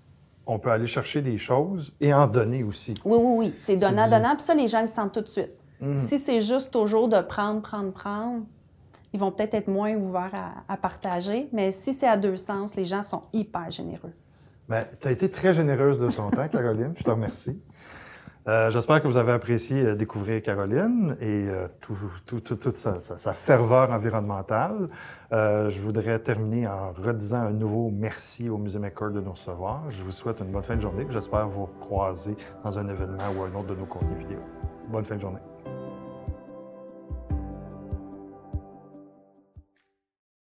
on peut aller chercher des choses et en donner aussi. Oui, oui, oui. C'est donnant-donnant. du... Puis ça, les gens le sentent tout de suite. Mmh. Si c'est juste toujours de prendre, prendre, prendre, ils vont peut-être être moins ouverts à, à partager. Mais si c'est à deux sens, les gens sont hyper généreux. Bien, tu as été très généreuse de ton temps, Caroline. Je te remercie. Euh, j'espère que vous avez apprécié euh, découvrir Caroline et euh, toute tout, tout, tout sa, sa, sa ferveur environnementale. Euh, je voudrais terminer en redisant un nouveau merci au Musée McCord de nous recevoir. Je vous souhaite une bonne fin de journée. J'espère vous croiser dans un événement ou un autre de nos contenus vidéo. Bonne fin de journée.